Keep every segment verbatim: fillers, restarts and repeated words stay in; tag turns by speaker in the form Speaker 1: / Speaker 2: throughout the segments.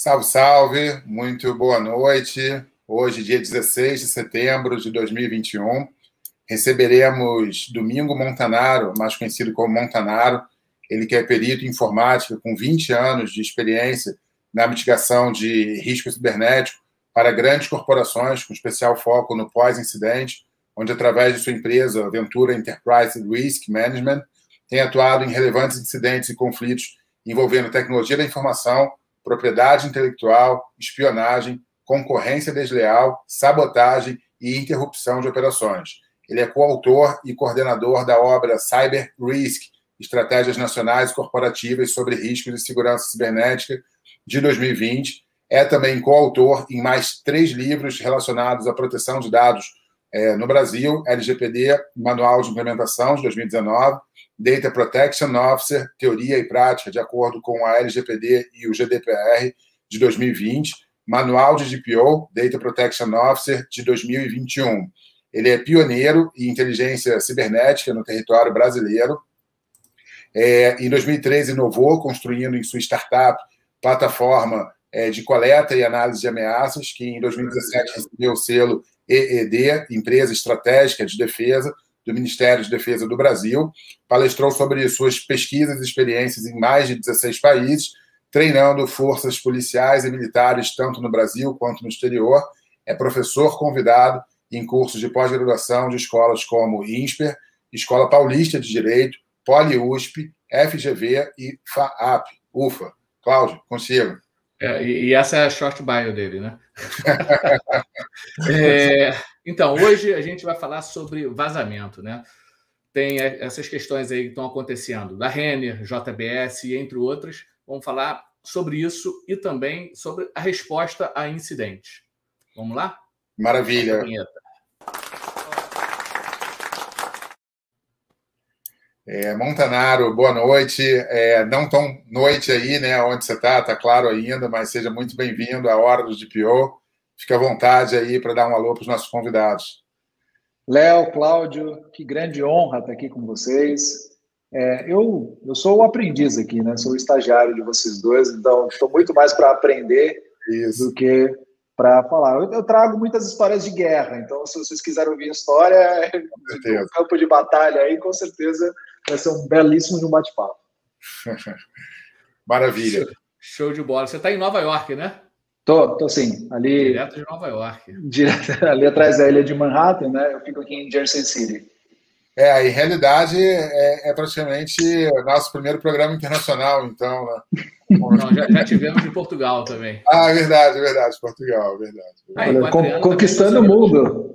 Speaker 1: Salve, salve, muito boa noite. Hoje, dia dezesseis de setembro de dois mil e vinte e um, receberemos Domingo Montanaro, mais conhecido como Montanaro. Ele que é perito em informática com vinte anos de experiência na mitigação de risco cibernético para grandes corporações, com especial foco no pós-incidente, onde, através de sua empresa Ventura Enterprise Risk Management, tem atuado em relevantes incidentes e conflitos envolvendo tecnologia da informação, propriedade intelectual, espionagem, concorrência desleal, sabotagem e interrupção de operações. Ele é coautor e coordenador da obra Cyber Risk, Estratégias Nacionais e Corporativas sobre Riscos de Segurança Cibernética, de dois mil e vinte. É também coautor em mais três livros relacionados à proteção de dados é, no Brasil, L G P D, Manual de Implementação, de dois mil e dezenove, Data Protection Officer, Teoria e Prática, de acordo com a L G P D e o G D P R, de dois mil e vinte, Manual de G P O, Data Protection Officer, de dois mil e vinte e um. Ele é pioneiro em inteligência cibernética no território brasileiro. É, em dois mil e treze, inovou, construindo em sua startup plataforma é, de coleta e análise de ameaças, que em dois mil e dezessete recebeu o selo E E D, Empresa Estratégica de Defesa, do Ministério de Defesa do Brasil. Palestrou sobre suas pesquisas e experiências em mais de dezesseis países, treinando forças policiais e militares tanto no Brasil quanto no exterior. É professor convidado em cursos de pós-graduação de escolas como INSPER, Escola Paulista de Direito, Poli-USP, F G V e FAAP, UFA. Cláudio, consigo.
Speaker 2: É, e essa é a short bio dele, né? é, então, hoje a gente vai falar sobre vazamento, né? Tem essas questões aí que estão acontecendo, da Renner, J B S, entre outras. Vamos falar sobre isso e também sobre a resposta a incidentes. Vamos lá?
Speaker 1: Maravilha. É, Montanaro, boa noite. É, não tão noite aí, né? Onde você está, está claro ainda, mas seja muito bem-vindo à Hora do G P O. Fique à vontade aí para dar um alô para os nossos convidados.
Speaker 3: Léo, Cláudio, que grande honra estar aqui com vocês. É, eu, eu sou o aprendiz aqui, né? Sou o estagiário de vocês dois, então estou muito mais para aprender Isso. do que para falar. Eu, eu trago muitas histórias de guerra, então se vocês quiserem ouvir história do campo de batalha aí, com certeza vai ser um belíssimo bate-papo.
Speaker 1: Maravilha.
Speaker 2: Show, show de bola. Você está em Nova York, né?
Speaker 3: Tô, tô sim. Ali,
Speaker 2: direto de Nova York.
Speaker 3: Direto, ali atrás da ilha de Manhattan, né? Eu fico aqui em Jersey City.
Speaker 1: É, em realidade, é, é praticamente o nosso primeiro programa internacional, então, né?
Speaker 2: Não, já, já tivemos de Portugal também.
Speaker 1: Ah, é verdade, é verdade, Portugal, é verdade.
Speaker 3: Ah, Olha, con conquistando o mundo.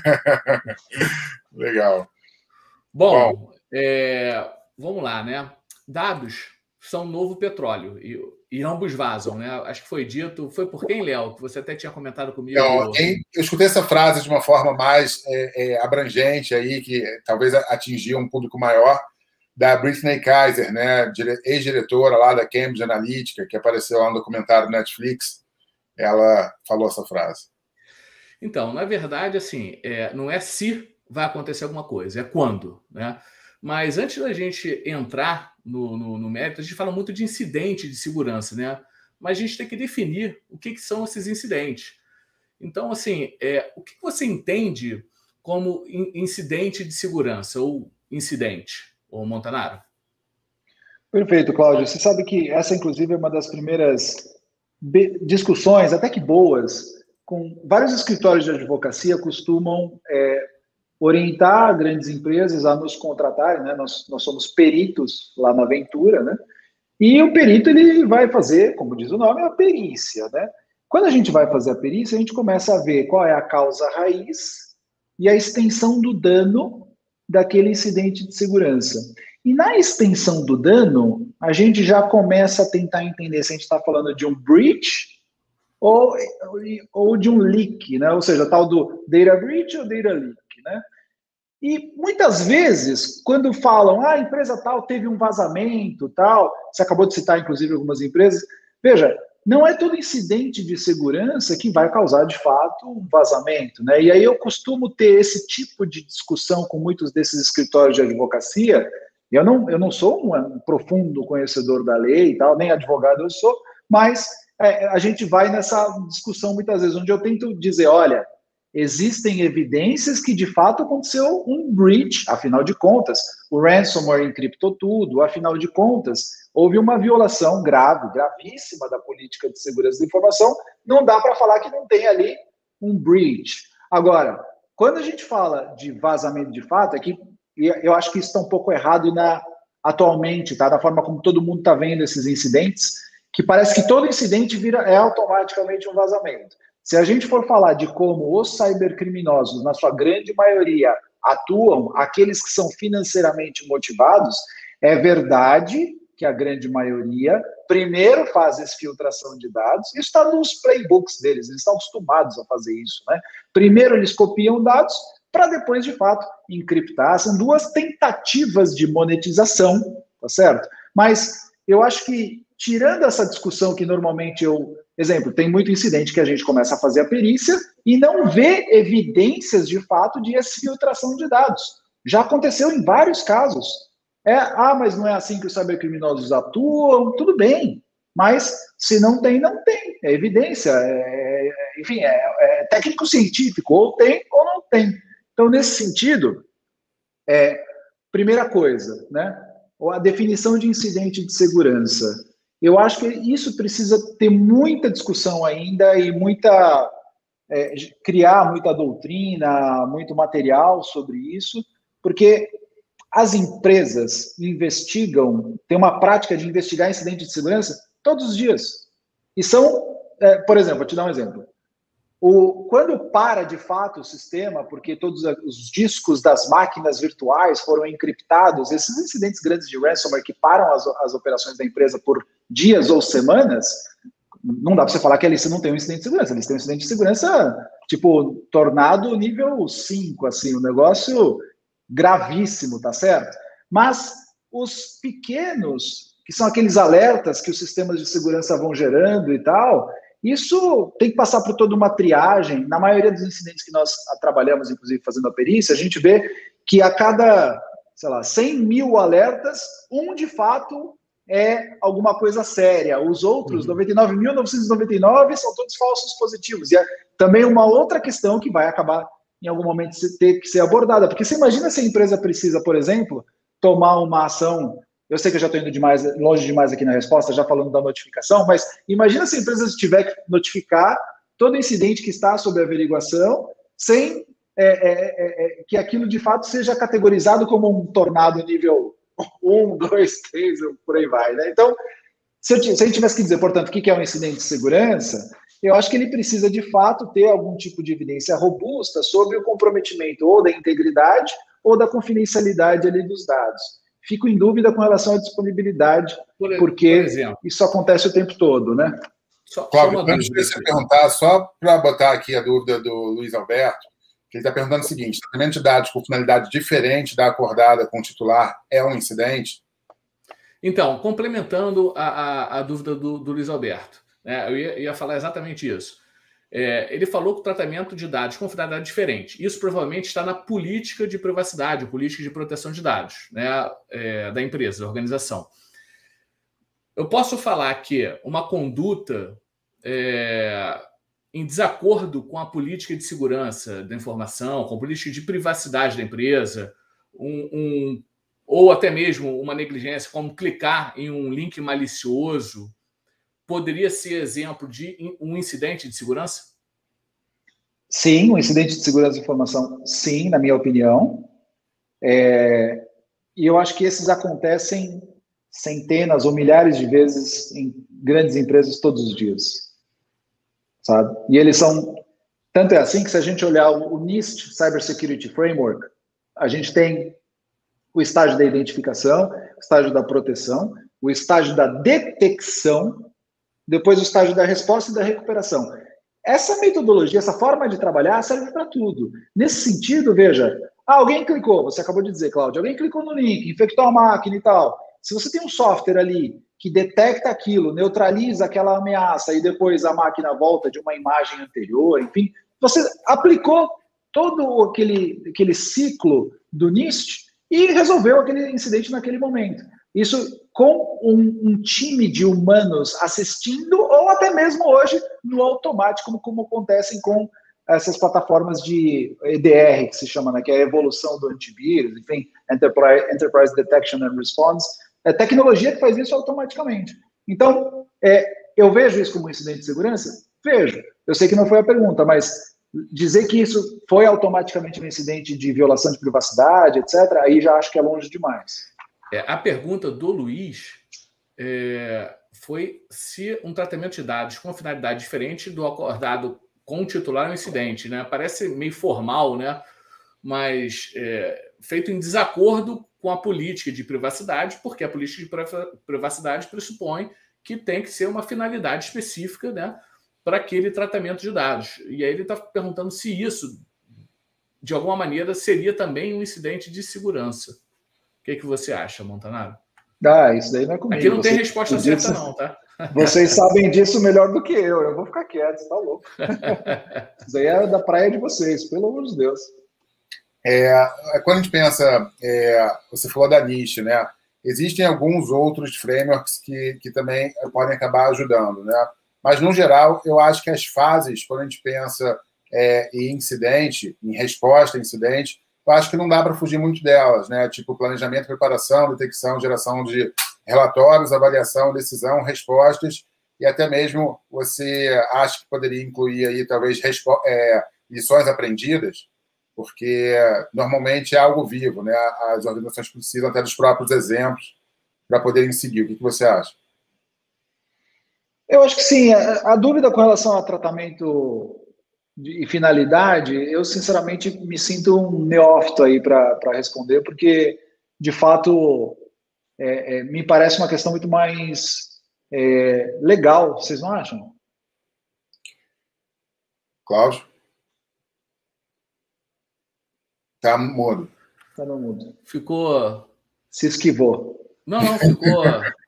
Speaker 1: Legal.
Speaker 2: Bom, Bom. É, vamos lá, né? Dados são novo petróleo e, e ambos vazam, né? Acho que foi dito, foi por quem, Léo? Que você até tinha comentado comigo.
Speaker 1: Então, quem, eu escutei essa frase de uma forma mais é, é, abrangente aí, que talvez atingia um público maior, da Brittany Kaiser, né? Ex-diretora lá da Cambridge Analytica, que apareceu lá no documentário do Netflix. Ela falou essa frase.
Speaker 2: Então, na verdade, assim, é, não é se vai acontecer alguma coisa, é quando, né? Mas antes da gente entrar no, no, no mérito, a gente fala muito de incidente de segurança, né? Mas a gente tem que definir o que, que são esses incidentes. Então, assim, é, o que você entende como in, incidente de segurança ou incidente, ô Montanaro?
Speaker 3: Perfeito, Cláudio. Você sabe que essa, inclusive, é uma das primeiras discussões, até que boas, com vários escritórios de advocacia costumam é, orientar grandes empresas a nos contratarem, né? Nós, nós somos peritos lá na Ventura, né? E o perito ele vai fazer, como diz o nome, a perícia, né? Quando a gente vai fazer a perícia, a gente começa a ver qual é a causa raiz e a extensão do dano daquele incidente de segurança. E na extensão do dano, a gente já começa a tentar entender se a gente está falando de um breach ou, ou de um leak, né? Ou seja, tal do data breach ou data leak, né? E muitas vezes, quando falam, ah, a empresa tal teve um vazamento, tal, você acabou de citar, inclusive, algumas empresas, veja, não é todo incidente de segurança que vai causar, de fato, um vazamento, né? E aí eu costumo ter esse tipo de discussão com muitos desses escritórios de advocacia. Eu não, eu não sou um, um profundo conhecedor da lei e tal, nem advogado eu sou, mas é, a gente vai nessa discussão muitas vezes, onde eu tento dizer, olha, existem evidências que de fato aconteceu um breach, afinal de contas, o ransomware encriptou tudo, afinal de contas, houve uma violação grave, gravíssima da política de segurança da informação, não dá para falar que não tem ali um breach. Agora, quando a gente fala de vazamento de fato, é que eu acho que isso está um pouco errado na, atualmente, tá? Da forma como todo mundo está vendo esses incidentes, que parece que todo incidente vira, é automaticamente um vazamento. Se a gente for falar de como os cybercriminosos, na sua grande maioria, atuam, aqueles que são financeiramente motivados, é verdade que a grande maioria primeiro faz essa filtração de dados, isso está nos playbooks deles, eles estão acostumados a fazer isso, né? Primeiro eles copiam dados para depois, de fato, encriptar. São duas tentativas de monetização, tá certo? Mas eu acho que, tirando essa discussão que normalmente eu... Exemplo, tem muito incidente que a gente começa a fazer a perícia e não vê evidências, de fato, de exfiltração de dados. Já aconteceu em vários casos. É, ah, mas não é assim que os cybercriminosos atuam, tudo bem, mas se não tem, não tem, é evidência, é, enfim, é, é técnico-científico, ou tem ou não tem. Então, nesse sentido, é, primeira coisa, né, a definição de incidente de segurança, eu acho que isso precisa ter muita discussão ainda e muita, é, criar muita doutrina, muito material sobre isso, porque as empresas investigam, tem uma prática de investigar incidente de segurança todos os dias. E são, é, por exemplo, vou te dar um exemplo. O, quando para de fato o sistema, porque todos os discos das máquinas virtuais foram encriptados, esses incidentes grandes de ransomware que param as, as operações da empresa por dias ou semanas, não dá para você falar que eles não tem um incidente de segurança, eles têm um incidente de segurança, tipo, tornado nível cinco, assim, um negócio gravíssimo, tá certo? Mas os pequenos, que são aqueles alertas que os sistemas de segurança vão gerando e tal, isso tem que passar por toda uma triagem. Na maioria dos incidentes que nós trabalhamos, inclusive fazendo a perícia, a gente vê que a cada, sei lá, cem mil alertas, um de fato é alguma coisa séria. Os outros, uhum. noventa e nove mil novecentos e noventa e nove, são todos falsos positivos. E é também uma outra questão que vai acabar em algum momento ter que ser abordada. Porque você imagina se a empresa precisa, por exemplo, tomar uma ação... Eu sei que eu já estou indo demais, longe demais aqui na resposta, já falando da notificação, mas imagina se a empresa tiver que notificar todo incidente que está sob averiguação, sem é, é, é, que aquilo de fato seja categorizado como um tornado nível um, dois, três, por aí vai. Né? Então, se, eu, se a gente tivesse que dizer, portanto, o que é um incidente de segurança, eu acho que ele precisa de fato ter algum tipo de evidência robusta sobre o comprometimento ou da integridade ou da confidencialidade ali dos dados. Fico em dúvida com relação à disponibilidade, por, porque por exemplo, isso acontece o tempo todo, né?
Speaker 1: Só, Cláudio, só antes de você perguntar, só para botar aqui a dúvida do Luiz Alberto, que ele está perguntando o seguinte: tratamento de dados com finalidade diferente da acordada com o titular é um incidente?
Speaker 2: Então, complementando a, a, a dúvida do, do Luiz Alberto, né, eu ia, ia falar exatamente isso. É, ele falou que o tratamento de dados com finalidade diferente. Isso provavelmente está na política de privacidade, política de proteção de dados, né, é, da empresa, da organização. Eu posso falar que uma conduta é, em desacordo com a política de segurança da informação, com a política de privacidade da empresa, um, um, ou até mesmo uma negligência, como clicar em um link malicioso, poderia ser exemplo de um incidente de segurança?
Speaker 3: Sim, um incidente de segurança de informação, sim, na minha opinião. É, e eu acho que esses acontecem centenas ou milhares de vezes em grandes empresas todos os dias, sabe? E eles são... Tanto é assim que se a gente olhar o, o NIST, Cyber Security Framework, a gente tem o estágio da identificação, o estágio da proteção, o estágio da detecção, depois o estágio da resposta e da recuperação. Essa metodologia, essa forma de trabalhar serve para tudo. Nesse sentido, veja, ah, alguém clicou, você acabou de dizer, Cláudio, alguém clicou no link, infectou a máquina e tal. Se você tem um software ali que detecta aquilo, neutraliza aquela ameaça e depois a máquina volta de uma imagem anterior, enfim, você aplicou todo aquele, aquele ciclo do NIST e resolveu aquele incidente naquele momento. Isso com um, um time de humanos assistindo, ou até mesmo hoje no automático, como, como acontecem com essas plataformas de E D R, que se chama, né, que é a evolução do antivírus, enfim, Enterprise, Enterprise Detection and Response, é tecnologia que faz isso automaticamente. Então, é, eu vejo isso como um incidente de segurança? Vejo. Eu sei que não foi a pergunta, mas dizer que isso foi automaticamente um incidente de violação de privacidade, etcétera, aí já acho que é longe demais.
Speaker 2: É, a pergunta do Luiz é, foi se um tratamento de dados com finalidade diferente do acordado com o titular é um incidente, né? Parece meio formal, né? Mas é, feito em desacordo com a política de privacidade, porque a política de privacidade pressupõe que tem que ser uma finalidade específica, né, para aquele tratamento de dados. E aí ele está perguntando se isso, de alguma maneira, seria também um incidente de segurança. O que, que você acha, Montanaro?
Speaker 3: Ah, isso daí não é comigo.
Speaker 2: Aqui não
Speaker 3: Você,
Speaker 2: tem resposta certa, não, tá?
Speaker 3: Vocês sabem disso melhor do que eu. Eu vou ficar quieto, você tá louco. Isso aí é da praia de vocês, pelo amor de Deus.
Speaker 1: É, quando a gente pensa, é, você falou da NIST, né? Existem alguns outros frameworks que, que também podem acabar ajudando, né? Mas, no geral, eu acho que as fases, quando a gente pensa é, em incidente, em resposta a incidente, eu acho que não dá para fugir muito delas, né? Tipo planejamento, preparação, detecção, geração de relatórios, avaliação, decisão, respostas, e até mesmo você acha que poderia incluir aí, talvez, é, lições aprendidas, porque normalmente é algo vivo, né? As organizações precisam até dos próprios exemplos para poderem seguir. O que você acha?
Speaker 3: Eu acho que sim. A, a dúvida com relação a tratamento e finalidade, eu sinceramente me sinto um neófito aí para responder, porque, de fato, é, é, me parece uma questão muito mais é, legal. Vocês não acham?
Speaker 1: Cláudio? Tá mudo.
Speaker 3: Tá no mudo.
Speaker 2: Ficou...
Speaker 3: Se esquivou.
Speaker 2: Não, não, ficou...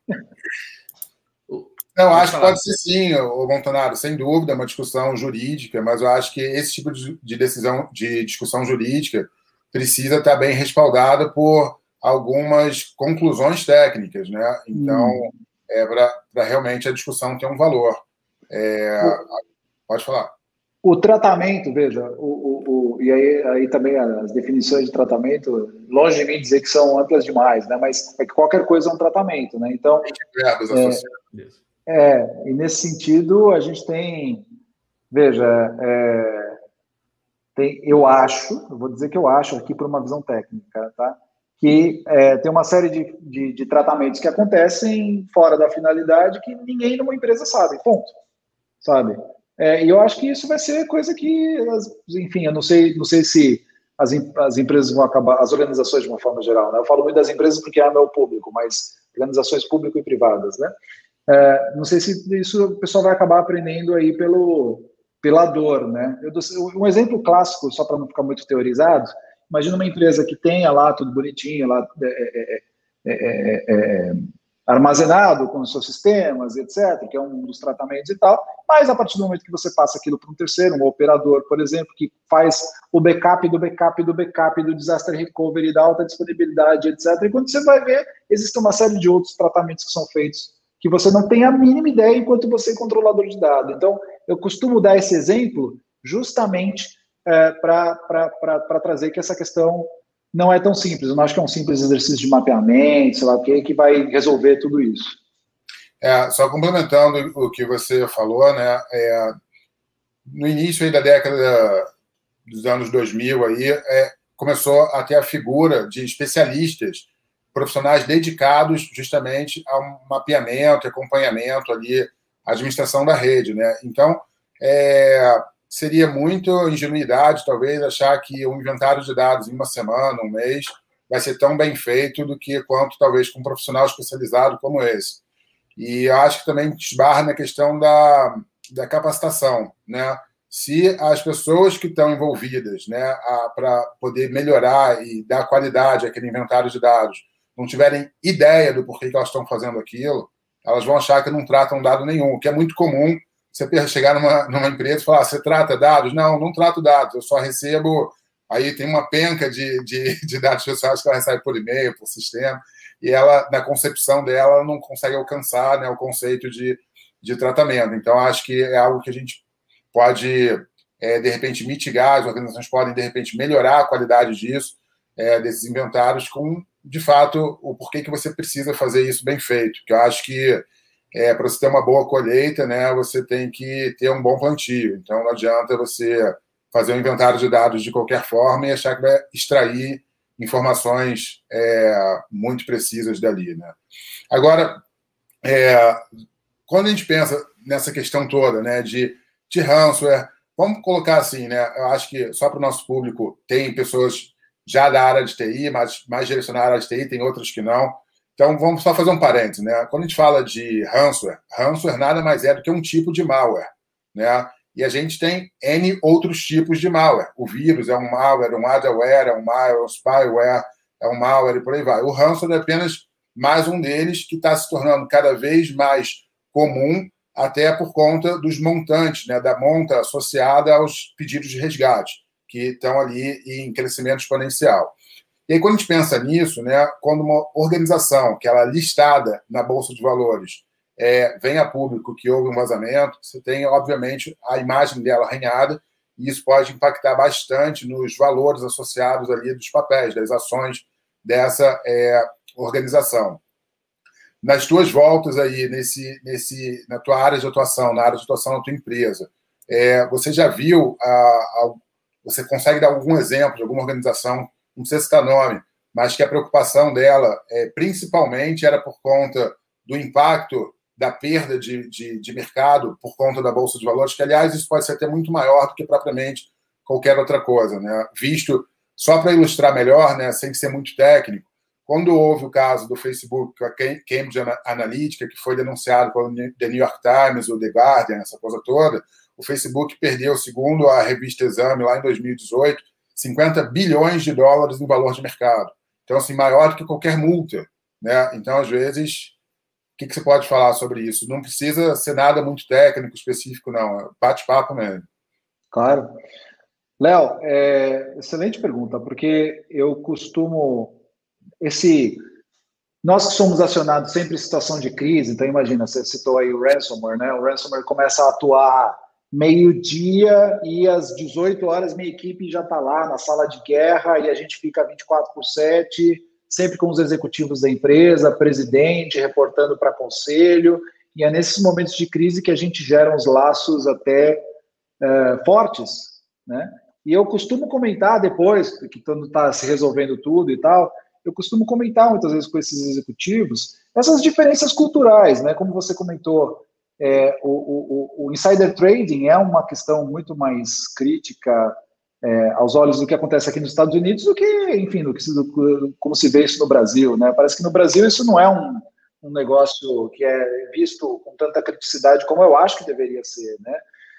Speaker 1: Não, acho que pode ser sim, o Montanaro, sem dúvida, é uma discussão jurídica, mas eu acho que esse tipo de decisão, de discussão jurídica, precisa estar bem respaldada por algumas conclusões técnicas, né? Então, hum. é para realmente a discussão ter um valor. É, pode falar.
Speaker 3: O tratamento, veja, o, o, o, e aí, aí também as definições de tratamento, longe de mim dizer que são amplas demais, né? Mas é que qualquer coisa é um tratamento, né? Então, é, é, e nesse sentido, a gente tem, veja, é, tem, eu acho, eu vou dizer que eu acho aqui por uma visão técnica, tá? Que é, tem uma série de, de, de tratamentos que acontecem fora da finalidade que ninguém numa empresa sabe, ponto, sabe? É, e eu acho que isso vai ser coisa que, enfim, eu não sei, não sei se as, as empresas vão acabar, as organizações de uma forma geral, né? Eu falo muito das empresas porque é meu público, mas organizações público e privadas, né? É, não sei se isso o pessoal vai acabar aprendendo aí pelo, pela dor, né? Eu dou, um exemplo clássico, só para não ficar muito teorizado, imagina uma empresa que tenha lá tudo bonitinho, lá é, é, é, é, armazenado com os seus sistemas, etcétera, que é um dos tratamentos e tal, mas a partir do momento que você passa aquilo para um terceiro, um operador, por exemplo, que faz o backup do backup do backup, do disaster recovery, da alta disponibilidade, etcétera, e quando você vai ver, existe uma série de outros tratamentos que são feitos que você não tem a mínima ideia enquanto você é controlador de dados. Então, eu costumo dar esse exemplo justamente é, para trazer que essa questão não é tão simples. Eu não acho que é um simples exercício de mapeamento, sei lá o que, que vai resolver tudo isso.
Speaker 1: É, só complementando o que você falou, né? É, no início aí da década dos anos dois mil, aí, é, começou a ter a figura de especialistas, profissionais dedicados justamente ao mapeamento, acompanhamento ali, administração da rede, né? Então, é, seria muito ingenuidade, talvez, achar que o inventário de dados em uma semana, um mês, vai ser tão bem feito do que quanto, talvez, com um profissional especializado como esse. E eu acho que também esbarra na questão da, da capacitação, né? Se as pessoas que estão envolvidas, né, para poder melhorar e dar qualidade àquele inventário de dados, não tiverem ideia do porquê que elas estão fazendo aquilo, elas vão achar que não tratam dado nenhum, o que é muito comum. Você chegar numa, numa empresa e falar, você trata dados? Não, não trato dados, eu só recebo aí tem uma penca de, de, de dados pessoais que ela recebe por e-mail, por sistema, e ela, na concepção dela, ela não consegue alcançar, né, o conceito de, de tratamento. Então, acho que é algo que a gente pode, é, de repente, mitigar, as organizações podem, de repente, melhorar a qualidade disso, é, desses inventários, com, de fato, o porquê que você precisa fazer isso bem feito. Porque eu acho que, é, para você ter uma boa colheita, né, você tem que ter um bom plantio. Então, não adianta você fazer um inventário de dados de qualquer forma e achar que vai extrair informações é, muito precisas dali, né? Agora, é, quando a gente pensa nessa questão toda, né, de, de ransomware, vamos colocar assim, né? Eu acho que só para o nosso público tem pessoas já da área de T I, mas mais direcionadas à área de T I, tem outras que não. Então, vamos só fazer um parênteses, né? Quando a gente fala de ransomware, ransomware nada mais é do que um tipo de malware, né? E a gente tem N outros tipos de malware. O vírus é um malware, um adware é um malware, um spyware é um malware e por aí vai. O ransomware é apenas mais um deles que está se tornando cada vez mais comum, até por conta dos montantes, né, da monta associada aos pedidos de resgate, que estão ali em crescimento exponencial. E aí, quando a gente pensa nisso, né, quando uma organização que ela é listada na Bolsa de Valores É, vem a público que houve um vazamento, você tem, obviamente, a imagem dela arranhada, e isso pode impactar bastante nos valores associados ali dos papéis, das ações dessa é, organização. Nas tuas voltas aí, nesse, nesse, na tua área de atuação, na área de atuação da tua empresa, é, você já viu, a, a, você consegue dar algum exemplo de alguma organização, não precisa citar nome, mas que a preocupação dela, é, principalmente, era por conta do impacto da perda de, de, de mercado por conta da Bolsa de Valores, que, aliás, isso pode ser até muito maior do que propriamente qualquer outra coisa, né? Visto, só para ilustrar melhor, né, sem ser muito técnico, quando houve o caso do Facebook com a Cambridge Analytica, que foi denunciado pelo The New York Times, o The Guardian, essa coisa toda, o Facebook perdeu, segundo a revista Exame, lá em dois mil e dezoito, cinquenta bilhões de dólares em valor de mercado. Então, assim, maior do que qualquer multa, né? Então, às vezes, o que, que você pode falar sobre isso? Não precisa ser nada muito técnico, específico, não. Bate-papo mesmo.
Speaker 3: Claro. Léo, é, excelente pergunta, porque eu costumo... Esse, nós que somos acionados sempre em situação de crise, então imagina, você citou aí o ransomware, né? O ransomware começa a atuar meio-dia e às dezoito horas minha equipe já está lá na sala de guerra e a gente fica vinte e quatro por sete, sempre com os executivos da empresa, presidente, reportando para conselho, e é nesses momentos de crise que a gente gera uns laços até é, fortes, né? E eu costumo comentar depois, que quando está se resolvendo tudo e tal, eu costumo comentar muitas vezes com esses executivos essas diferenças culturais, né? Como você comentou, é, o, o, o insider trading é uma questão muito mais crítica é, aos olhos do que acontece aqui nos Estados Unidos do que, enfim, do que do, como se vê isso no Brasil, né? Parece que no Brasil isso não é um, um negócio que é visto com tanta criticidade como eu acho que deveria ser, né?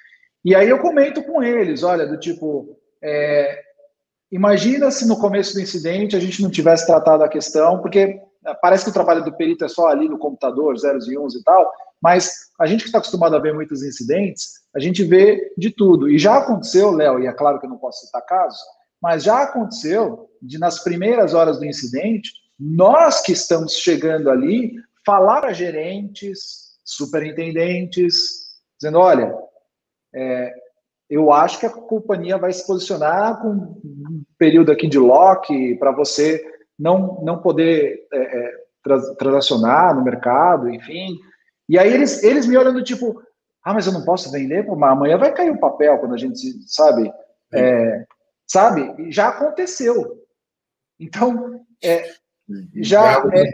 Speaker 3: E aí eu comento com eles, olha, do tipo, é, imagina se no começo do incidente a gente não tivesse tratado a questão, porque parece que o trabalho do perito é só ali no computador, zeros e uns e tal, mas a gente que está acostumado a ver muitos incidentes, a gente vê de tudo. E já aconteceu, Léo, e é claro que eu não posso citar casos, mas já aconteceu de nas primeiras horas do incidente, nós que estamos chegando ali, falar a gerentes, superintendentes, dizendo, olha, é, eu acho que a companhia vai se posicionar com um período aqui de lock para você não, não poder é, é, trans, transacionar no mercado, enfim. E aí eles, eles me olhando tipo, ah, mas eu não posso vender, pô, mas amanhã vai cair o papel quando a gente, sabe? É, sabe? Já aconteceu. Então, é, já... É,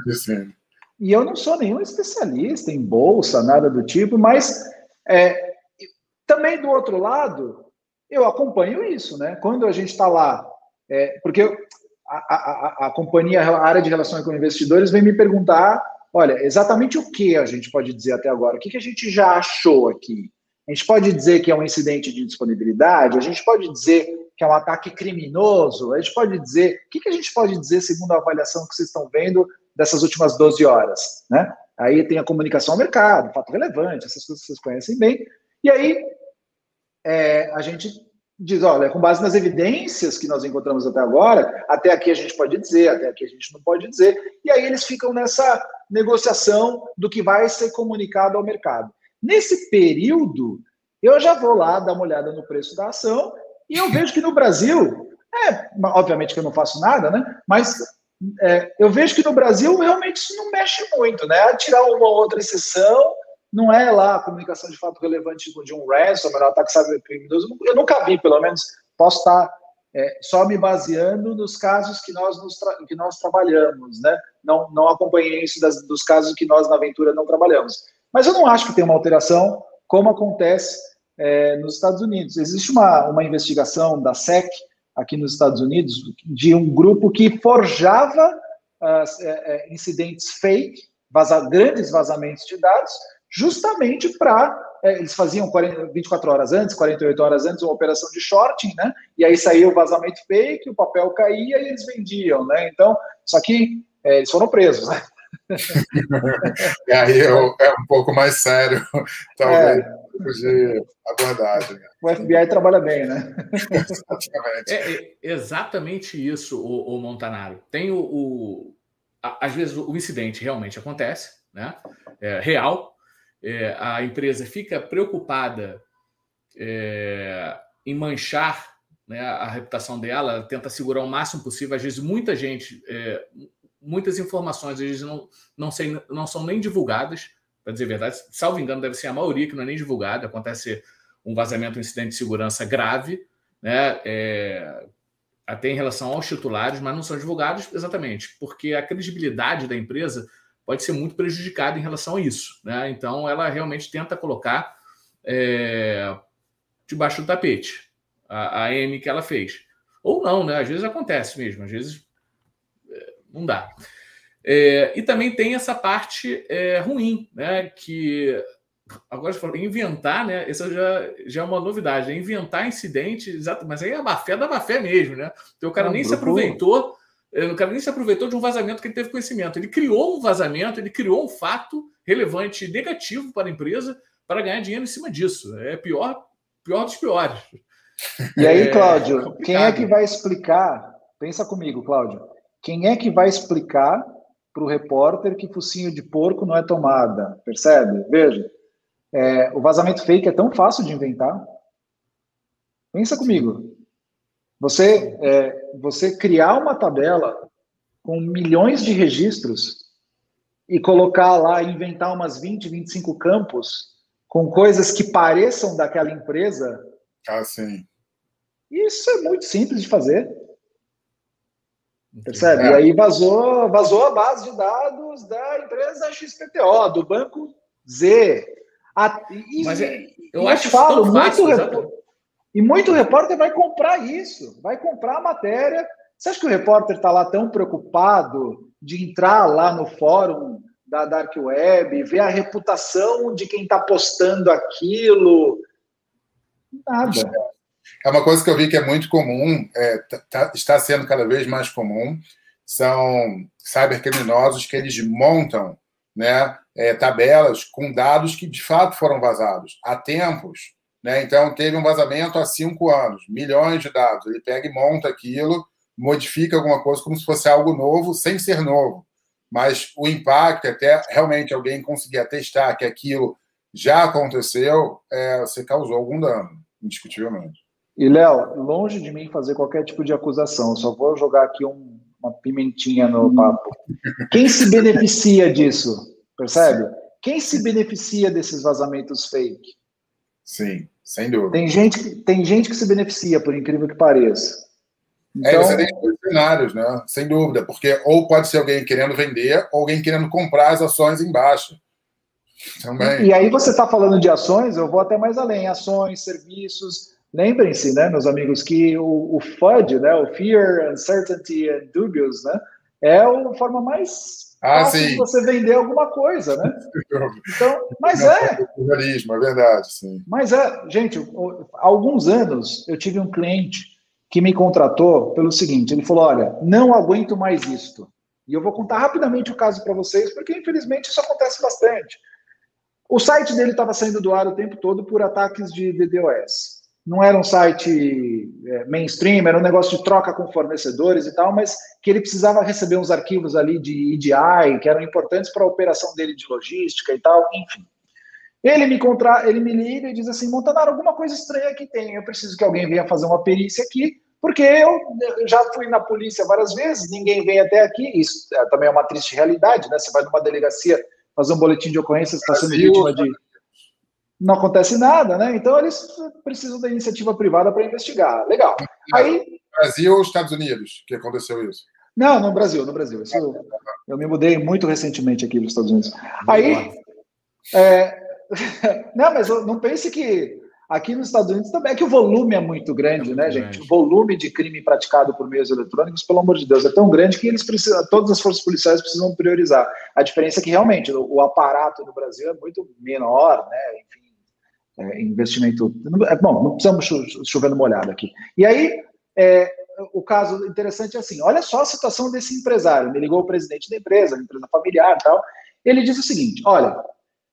Speaker 3: e eu não sou nenhum especialista em bolsa, nada do tipo, mas... É, também, do outro lado, eu acompanho isso, né? Quando a gente está lá, é, porque a, a, a companhia, a área de relações com investidores vem me perguntar, olha, exatamente o que a gente pode dizer até agora? O que, que a gente já achou aqui? A gente pode dizer que é um incidente de disponibilidade? A gente pode dizer que é um ataque criminoso? A gente pode dizer... O que, que a gente pode dizer, segundo a avaliação que vocês estão vendo dessas últimas doze horas, né? Aí tem a comunicação ao mercado, fato relevante, essas coisas que vocês conhecem bem. E aí... É, a gente diz, olha, com base nas evidências que nós encontramos até agora, até aqui a gente pode dizer, até aqui a gente não pode dizer, e aí eles ficam nessa negociação do que vai ser comunicado ao mercado. Nesse período, eu já vou lá dar uma olhada no preço da ação, e eu vejo que no Brasil, é, obviamente que eu não faço nada, né? Mas é, eu vejo que no Brasil realmente isso não mexe muito, né? Tirar uma ou outra exceção, não é lá a comunicação de fato relevante de um ransomware, um ataque cybercriminoso. Eu nunca vi, pelo menos, posso estar é, só me baseando nos casos que nós, nos tra que nós trabalhamos, né? Não, não acompanhei isso das, dos casos que nós, na Aventura, não trabalhamos. Mas eu não acho que tem uma alteração como acontece é, nos Estados Unidos. Existe uma, uma investigação da S E C aqui nos Estados Unidos de um grupo que forjava uh, é, incidentes fake, vaza grandes vazamentos de dados, justamente para, é, eles faziam quarenta, vinte e quatro horas antes, quarenta e oito horas antes, uma operação de shorting, né? E aí saía o vazamento fake, o papel caía e eles vendiam, né? Então, só que é, eles foram presos, né?
Speaker 1: E aí eu, é um pouco mais sério, talvez, é. de abordagem.
Speaker 3: O F B I trabalha bem, né?
Speaker 2: Exatamente. É, é exatamente isso, o, o Montanaro. Tem o, o a, às vezes o incidente realmente acontece, né? É real. É, a empresa fica preocupada é, em manchar, né, a reputação dela, tenta segurar o máximo possível. Às vezes muita gente, é, muitas informações às vezes não, não, sei, não são nem divulgadas, para dizer a verdade. Salvo engano, deve ser a maioria que não é nem divulgada. Acontece um vazamento, um incidente de segurança grave, né, é, até em relação aos titulares, mas não são divulgados exatamente porque a credibilidade da empresa pode ser muito prejudicada em relação a isso, né? Então, ela realmente tenta colocar é, debaixo do tapete a, a M que ela fez. Ou não, né? Às vezes acontece mesmo, às vezes é, não dá. É, e também tem essa parte é, ruim, né? Que agora você falou, inventar, né? Essa já, já é uma novidade, né? Inventar incidente, exato, mas aí é a má fé da má fé mesmo, né? Então o cara ah, nem se aproveitou. O cara nem se aproveitou de um vazamento que ele teve conhecimento. Ele criou um vazamento, ele criou um fato relevante negativo para a empresa para ganhar dinheiro em cima disso. É pior, pior dos piores.
Speaker 3: E aí, Cláudio, é quem é que vai explicar? Pensa comigo, Cláudio. Quem é que vai explicar para o repórter que focinho de porco não é tomada? Percebe? Veja, é, o vazamento fake é tão fácil de inventar. Pensa comigo. Você, é, você criar uma tabela com milhões de registros e colocar lá, inventar umas vinte, vinte e cinco campos com coisas que pareçam daquela empresa.
Speaker 1: Ah, sim.
Speaker 3: Isso é muito simples de fazer. Percebe? É. E aí vazou, vazou a base de dados da empresa X P T O, do banco Z. A, e,
Speaker 2: Mas é, eu
Speaker 3: e
Speaker 2: acho
Speaker 3: eu falo,
Speaker 2: tão fácil,
Speaker 3: muito E muito repórter vai comprar isso, vai comprar a matéria. Você acha que o repórter está lá tão preocupado de entrar lá no fórum da Dark Web, ver a reputação de quem está postando aquilo? Nada.
Speaker 1: É uma coisa que eu vi que é muito comum, é, tá, está sendo cada vez mais comum, são cybercriminosos que eles montam, né, é, tabelas com dados que de fato foram vazados há tempos. Né? Então, teve um vazamento há cinco anos, milhões de dados. Ele pega e monta aquilo, modifica alguma coisa como se fosse algo novo, sem ser novo. Mas o impacto, até realmente alguém conseguir atestar que aquilo já aconteceu, é, você causou algum dano, indiscutivelmente.
Speaker 3: E, Léo, longe de mim fazer qualquer tipo de acusação, só vou jogar aqui um, uma pimentinha no papo. Quem se beneficia disso? Percebe? Quem se beneficia desses vazamentos fake?
Speaker 1: Sim, sem dúvida.
Speaker 3: Tem gente, tem gente que se beneficia, por incrível que pareça.
Speaker 1: Então... É, você tem dois cenários, né? Sem dúvida, porque ou pode ser alguém querendo vender ou alguém querendo comprar as ações em baixa. Também.
Speaker 3: E, e aí você está falando de ações, eu vou até mais além. Ações, serviços. Lembrem-se, né, meus amigos, que o, o F U D, né, o Fear, Uncertainty and Dubious, né, é a forma mais
Speaker 1: ah,
Speaker 3: fácil
Speaker 1: sim.
Speaker 3: de você vender alguma coisa, né? Então, mas
Speaker 1: Não,
Speaker 3: é.
Speaker 1: Jornalismo, é verdade, sim.
Speaker 3: Mas é, gente, há alguns anos eu tive um cliente que me contratou pelo seguinte, ele falou, olha, não aguento mais isto. E eu vou contar rapidamente o caso para vocês, porque infelizmente isso acontece bastante. O site dele estava saindo do ar o tempo todo por ataques de DDoS. não era um site é, mainstream, era um negócio de troca com fornecedores e tal, mas que ele precisava receber uns arquivos ali de E D I, que eram importantes para a operação dele de logística e tal, enfim. Ele me contra... ele me liga e diz assim, Montanaro, alguma coisa estranha aqui tem, eu preciso que alguém venha fazer uma perícia aqui, porque eu já fui na polícia várias vezes, ninguém vem até aqui, isso também é uma triste realidade, né? Você vai numa delegacia fazer um boletim de ocorrência, você está sendo vítima de... Não acontece nada, né? Então eles precisam da iniciativa privada para investigar. Legal. Aí...
Speaker 1: Brasil ou Estados Unidos que aconteceu isso?
Speaker 3: Não, no Brasil, no Brasil. Isso, eu me mudei muito recentemente aqui para os Estados Unidos. Aí... É... Não, mas não pense que aqui nos Estados Unidos também é que o volume é muito grande, é muito né, grande. gente? O volume de crime praticado por meios eletrônicos, pelo amor de Deus, é tão grande que eles precisam, todas as forças policiais precisam priorizar. A diferença é que realmente o, o aparato no Brasil é muito menor, né? Enfim, é, investimento. Bom, não precisamos cho chover no molhado aqui. E aí, é, o caso interessante é assim: olha só a situação desse empresário. Me ligou o presidente da empresa, uma empresa familiar e tal. Ele diz o seguinte: olha.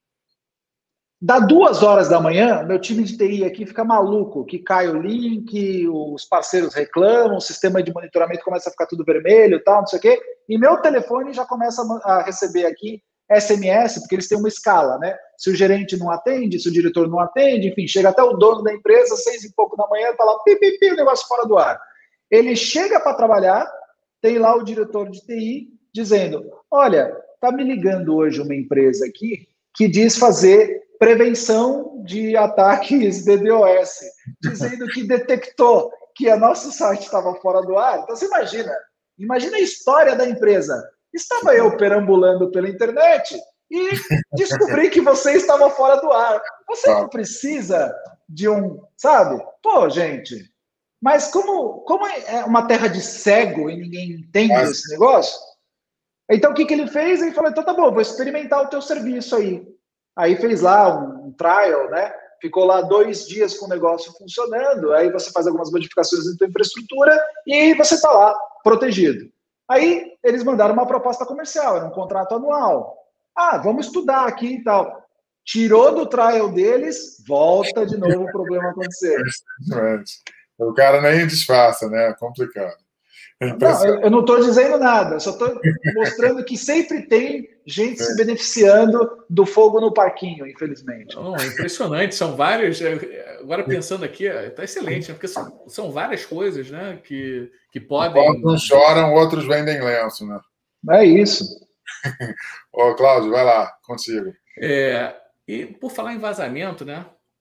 Speaker 3: Dá duas horas da manhã, meu time de T I aqui fica maluco, que cai o link, os parceiros reclamam, o sistema de monitoramento começa a ficar tudo vermelho e tal, não sei o quê, e meu telefone já começa a receber aqui S M S, porque eles têm uma escala, né? Se o gerente não atende, se o diretor não atende, enfim, chega até o dono da empresa, seis e pouco da manhã, tá lá, pi, pi, pi, o negócio fora do ar. Ele chega para trabalhar, tem lá o diretor de T I dizendo, olha, tá me ligando hoje uma empresa aqui que diz fazer prevenção de ataques D DDoS, dizendo que detectou que o nosso site estava fora do ar. Então, você imagina, imagina a história da empresa. Estava eu perambulando pela internet e descobri que você estava fora do ar. Você não precisa de um, sabe? Pô, gente, mas como, como é uma terra de cego e ninguém entende mas... esse negócio, então o que, que ele fez? Ele falou, então tá bom, vou experimentar o teu serviço aí. Aí fez lá um, um trial, né? Ficou lá dois dias com o negócio funcionando, aí você faz algumas modificações na sua infraestrutura e você está lá, protegido. Aí eles mandaram uma proposta comercial, era um contrato anual. Ah, vamos estudar aqui e tal. Tirou do trial deles, volta de novo o problema acontecer.
Speaker 1: O cara nem disfarça, né? É complicado. É
Speaker 3: não, eu, eu não estou dizendo nada, só estou mostrando que sempre tem gente é. se beneficiando do fogo no parquinho, infelizmente.
Speaker 2: Não, é impressionante, são vários. Agora pensando aqui, está excelente, porque são, são várias coisas, né, que, que podem.
Speaker 1: Uns choram, outros vendem lenço, né?
Speaker 3: É isso.
Speaker 1: Ô, Cláudio, vai lá, consigo.
Speaker 2: É, e por falar em vazamento, né?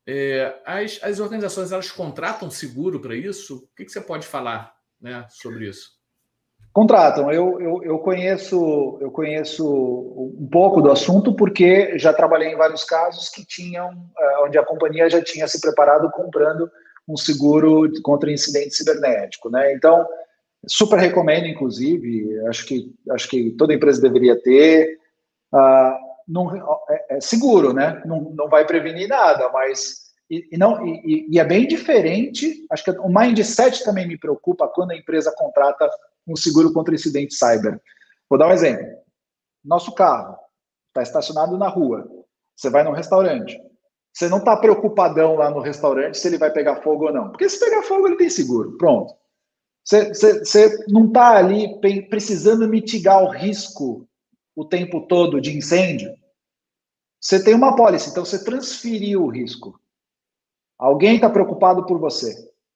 Speaker 2: É, as, as organizações elas contratam seguro para isso? O que, que você pode falar? Né, sobre isso?
Speaker 3: Contratam. Eu, eu, eu, conheço, eu conheço um pouco do assunto porque já trabalhei em vários casos que tinham, onde a companhia já tinha se preparado comprando um seguro contra incidente cibernético, né? Então, super recomendo, inclusive, acho que, acho que toda empresa deveria ter. Uh, não, é, é seguro, né? Não, não vai prevenir nada, mas E, e, não, e, e é bem diferente, acho que o mindset também me preocupa quando a empresa contrata um seguro contra incidente cyber. Vou dar um exemplo. Nosso carro está estacionado na rua, você vai num restaurante, você não está preocupadão lá no restaurante se ele vai pegar fogo ou não, porque se pegar fogo ele tem seguro, pronto. Você, você, você não está ali precisando mitigar o risco o tempo todo de incêndio, você tem uma apólice, então você transferiu o risco. Alguém está preocupado por você.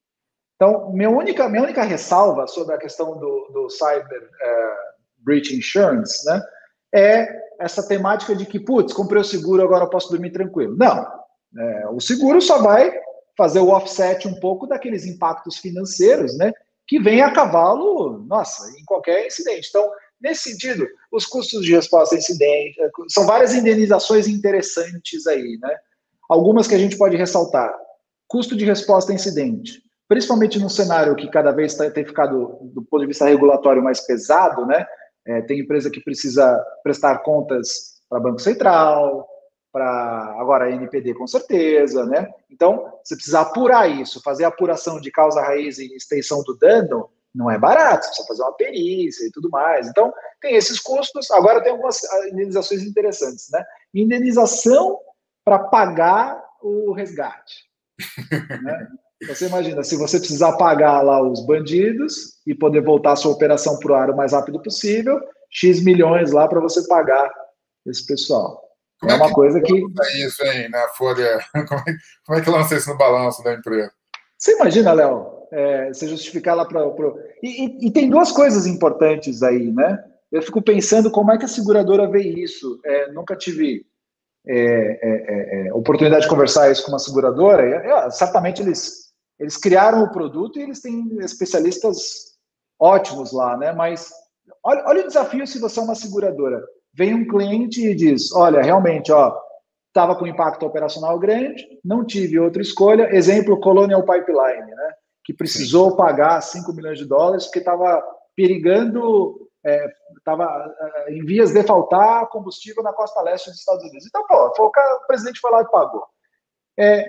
Speaker 3: Então, minha única, minha única ressalva sobre a questão do, do Cyber uh, Breach Insurance, né, é essa temática de que, putz, comprei o seguro, agora eu posso dormir tranquilo. Não. É, o seguro só vai fazer o offset um pouco daqueles impactos financeiros, né, que vem a cavalo, nossa, em qualquer incidente. Então, nesse sentido, os custos de resposta a incidente, são várias indenizações interessantes aí, né? Algumas que a gente pode ressaltar. Custo de resposta a incidente, principalmente num cenário que cada vez tá, tem ficado, do ponto de vista regulatório, mais pesado, né? É, tem empresa que precisa prestar contas para Banco Central, para agora a N P D com certeza, né? Então, você precisa apurar isso, fazer a apuração de causa raiz e extensão do dano, não é barato, você precisa fazer uma perícia e tudo mais. Então, tem esses custos. Agora tem algumas indenizações interessantes, né? Indenização para pagar o resgate. Né? Você imagina, se você precisar pagar lá os bandidos e poder voltar a sua operação para o ar o mais rápido possível, X milhões lá para você pagar esse pessoal.
Speaker 1: Como
Speaker 3: é,
Speaker 1: é
Speaker 3: uma
Speaker 1: que
Speaker 3: coisa que...
Speaker 1: isso, hein, na folha? Como é, como é que lança isso no balanço da empresa?
Speaker 3: Você imagina, Léo, é, você justificar lá para... Pro... E, e, e tem duas coisas importantes aí, né? Eu fico pensando como é que a seguradora vê isso. É, nunca tive é, é, é, oportunidade de conversar isso com uma seguradora. É, certamente eles, eles criaram o produto e eles têm especialistas ótimos lá, né? Mas olha, olha o desafio se você é uma seguradora. Vem um cliente e diz, olha, realmente, ó, estava com impacto operacional grande, não tive outra escolha. Exemplo, Colonial Pipeline, né? Que precisou Sim. pagar cinco milhões de dólares porque estava perigando, estava é, em vias de faltar combustível na costa leste dos Estados Unidos. Então, pô, foi o, cara, o presidente foi lá e pagou. É,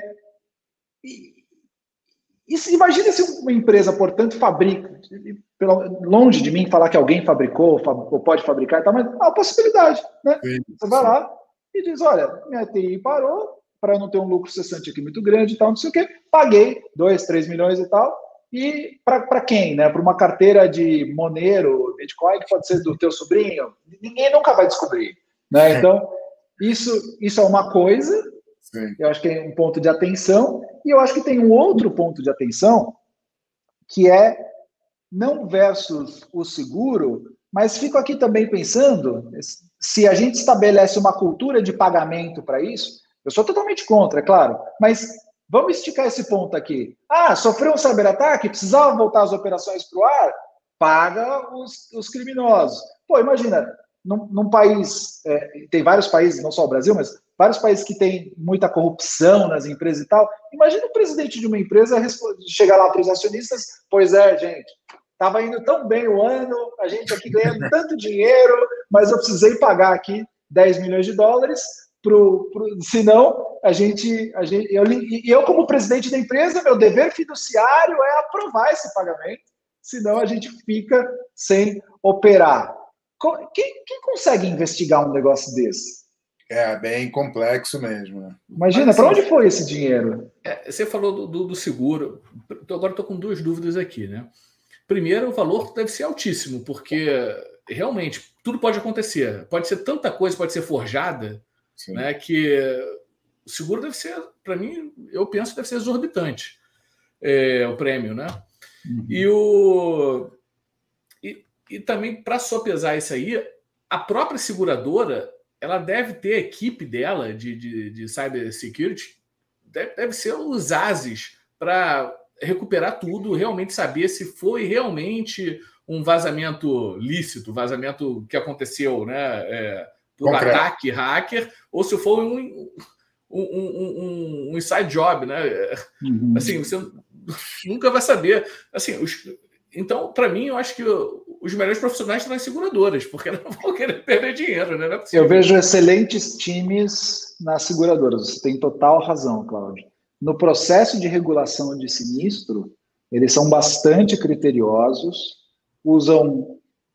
Speaker 3: e, e, imagina se uma empresa, portanto, fabrica, longe de mim falar que alguém fabricou ou pode fabricar, tá, mas é uma possibilidade, né? Sim, Você vai sim. lá e diz, olha, minha T I parou, para não ter um lucro cessante aqui muito grande e tal, não sei o quê, paguei dois, três milhões e tal, e para quem, né? Para uma carteira de Monero, Bitcoin, que pode ser do teu sobrinho, ninguém nunca vai descobrir, né? Então, isso, isso é uma coisa, Sim. eu acho que é um ponto de atenção, e eu acho que tem um outro ponto de atenção, que é não versus o seguro, mas fico aqui também pensando, se a gente estabelece uma cultura de pagamento para isso, eu sou totalmente contra, é claro, mas vamos esticar esse ponto aqui. Ah, sofreu um cyberataque, precisava voltar as operações para o ar? Paga os, os criminosos. Pô, imagina, num, num país, é, tem vários países, não só o Brasil, mas vários países que têm muita corrupção nas empresas e tal. Imagina o presidente de uma empresa chegar lá para os acionistas, pois é, gente, estava indo tão bem o ano, a gente aqui ganhando tanto dinheiro, mas eu precisei pagar aqui dez milhões de dólares, pro, pro, senão a gente... A gente eu, e eu, como presidente da empresa, meu dever fiduciário é aprovar esse pagamento, senão a gente fica sem operar. Quem, quem consegue investigar um negócio desse?
Speaker 1: É bem complexo mesmo. Né?
Speaker 3: Imagina, assim, para onde foi esse dinheiro?
Speaker 2: É, você falou do, do, do seguro, agora estou com duas dúvidas aqui, né? Primeiro, o valor deve ser altíssimo, porque realmente tudo pode acontecer. Pode ser tanta coisa, pode ser forjada, né, que o seguro deve ser, para mim, eu penso que deve ser exorbitante, é, o prêmio, né? Uhum. E, o, e, e também, para sopesar isso aí, a própria seguradora, ela deve ter a equipe dela de, de, de cyber security, deve, deve ser os ases para recuperar tudo, realmente saber se foi realmente um vazamento lícito, vazamento que aconteceu, né, é, por Concreto. ataque hacker, ou se foi um, um, um, um inside job, né? Uhum. Assim, você nunca vai saber. Assim, os, então, para mim, eu acho que os melhores profissionais estão nas seguradoras, porque não vão querer perder dinheiro, né? Não é
Speaker 3: eu vejo excelentes times nas seguradoras. Você tem total razão, Cláudio. No processo de regulação de sinistro, eles são bastante criteriosos, usam,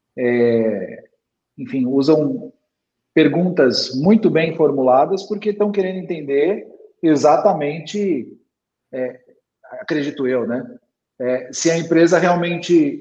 Speaker 3: é, enfim, usam perguntas muito bem formuladas, porque estão querendo entender exatamente, é, acredito eu, né? É, se a empresa realmente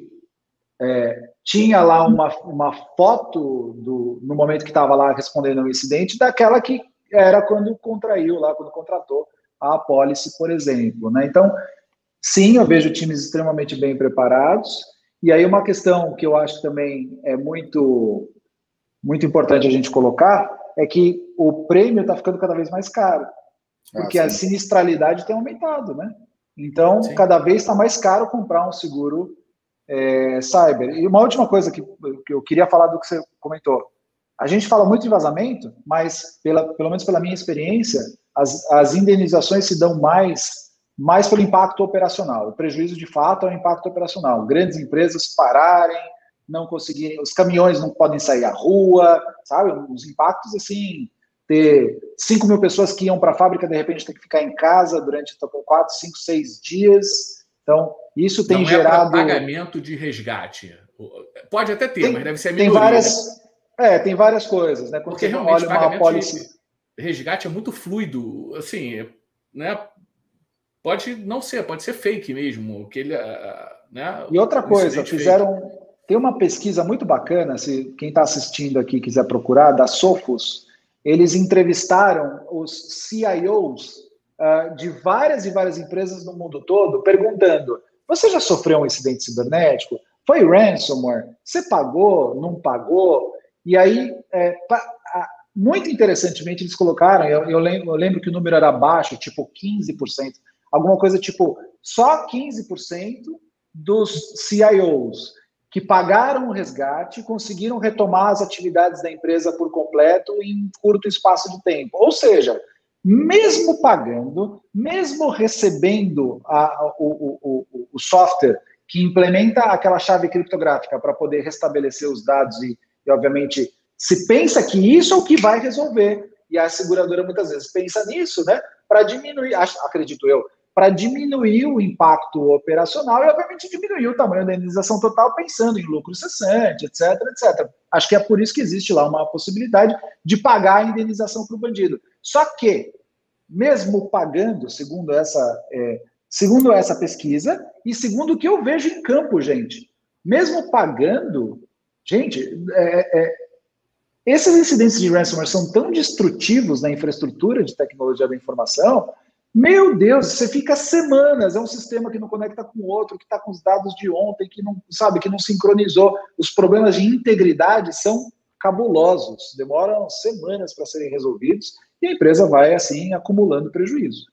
Speaker 3: é, tinha lá uma, uma foto do, no momento que estava lá respondendo ao incidente, daquela que era quando contraiu lá, quando contratou a apólice, por exemplo, né? Então, sim, eu vejo times extremamente bem preparados, e aí uma questão que eu acho que também é muito, muito importante a gente colocar é que o prêmio está ficando cada vez mais caro, porque ah, a sinistralidade tem aumentado, né? Então, sim. cada vez está mais caro comprar um seguro é, cyber. E uma última coisa que, que eu queria falar do que você comentou. A gente fala muito de vazamento, mas, pela, pelo menos pela minha experiência, as, as indenizações se dão mais, mais pelo impacto operacional. O prejuízo, de fato, é o impacto operacional. Grandes empresas pararem, não conseguirem, os caminhões não podem sair à rua, sabe? Os impactos, assim, ter cinco mil pessoas que iam para a fábrica, de repente, ter que ficar em casa durante quatro, cinco, seis dias. Então, isso tem
Speaker 2: não
Speaker 3: gerado...
Speaker 2: Não é pagamento de resgate. Pode até ter,
Speaker 3: tem,
Speaker 2: mas deve ser a
Speaker 3: minoria. Tem várias... É, tem várias coisas, né? Quando
Speaker 2: Porque
Speaker 3: você
Speaker 2: realmente
Speaker 3: olha uma
Speaker 2: pagamento
Speaker 3: apólice...
Speaker 2: de resgate é muito fluido, assim, né? Pode não ser, pode ser fake mesmo. Que ele, né,
Speaker 3: e outra coisa, fizeram... Fake. Tem uma pesquisa muito bacana, se quem está assistindo aqui quiser procurar, da Sophos. Eles entrevistaram os C I Os uh, de várias e várias empresas no mundo todo, perguntando: você já sofreu um incidente cibernético? Foi ransomware? Você pagou? Não pagou? E aí, é, pa, a, muito interessantemente, eles colocaram, eu, eu, lembro, eu lembro que o número era baixo, tipo quinze por cento, alguma coisa tipo, só quinze por cento dos C I Os que pagaram o resgate conseguiram retomar as atividades da empresa por completo em curto espaço de tempo. Ou seja, mesmo pagando, mesmo recebendo a, o, o, o software que implementa aquela chave criptográfica para poder restabelecer os dados e, e, obviamente, se pensa que isso é o que vai resolver. E a seguradora muitas vezes pensa nisso, né, para diminuir, acredito eu, para diminuir o impacto operacional e, obviamente, diminuir o tamanho da indenização total, pensando em lucro cessante, etc, etcétera. Acho que é por isso que existe lá uma possibilidade de pagar a indenização para o bandido. Só que, mesmo pagando, segundo essa, é, segundo essa pesquisa, e segundo o que eu vejo em campo, gente, mesmo pagando, gente, é, é, esses incidentes de ransomware são tão destrutivos na infraestrutura de tecnologia da informação. Meu Deus, você fica semanas, é um sistema que não conecta com o outro, que está com os dados de ontem, que não, sabe, que não sincronizou. Os problemas de integridade são cabulosos, demoram semanas para serem resolvidos e a empresa vai, assim, acumulando prejuízo.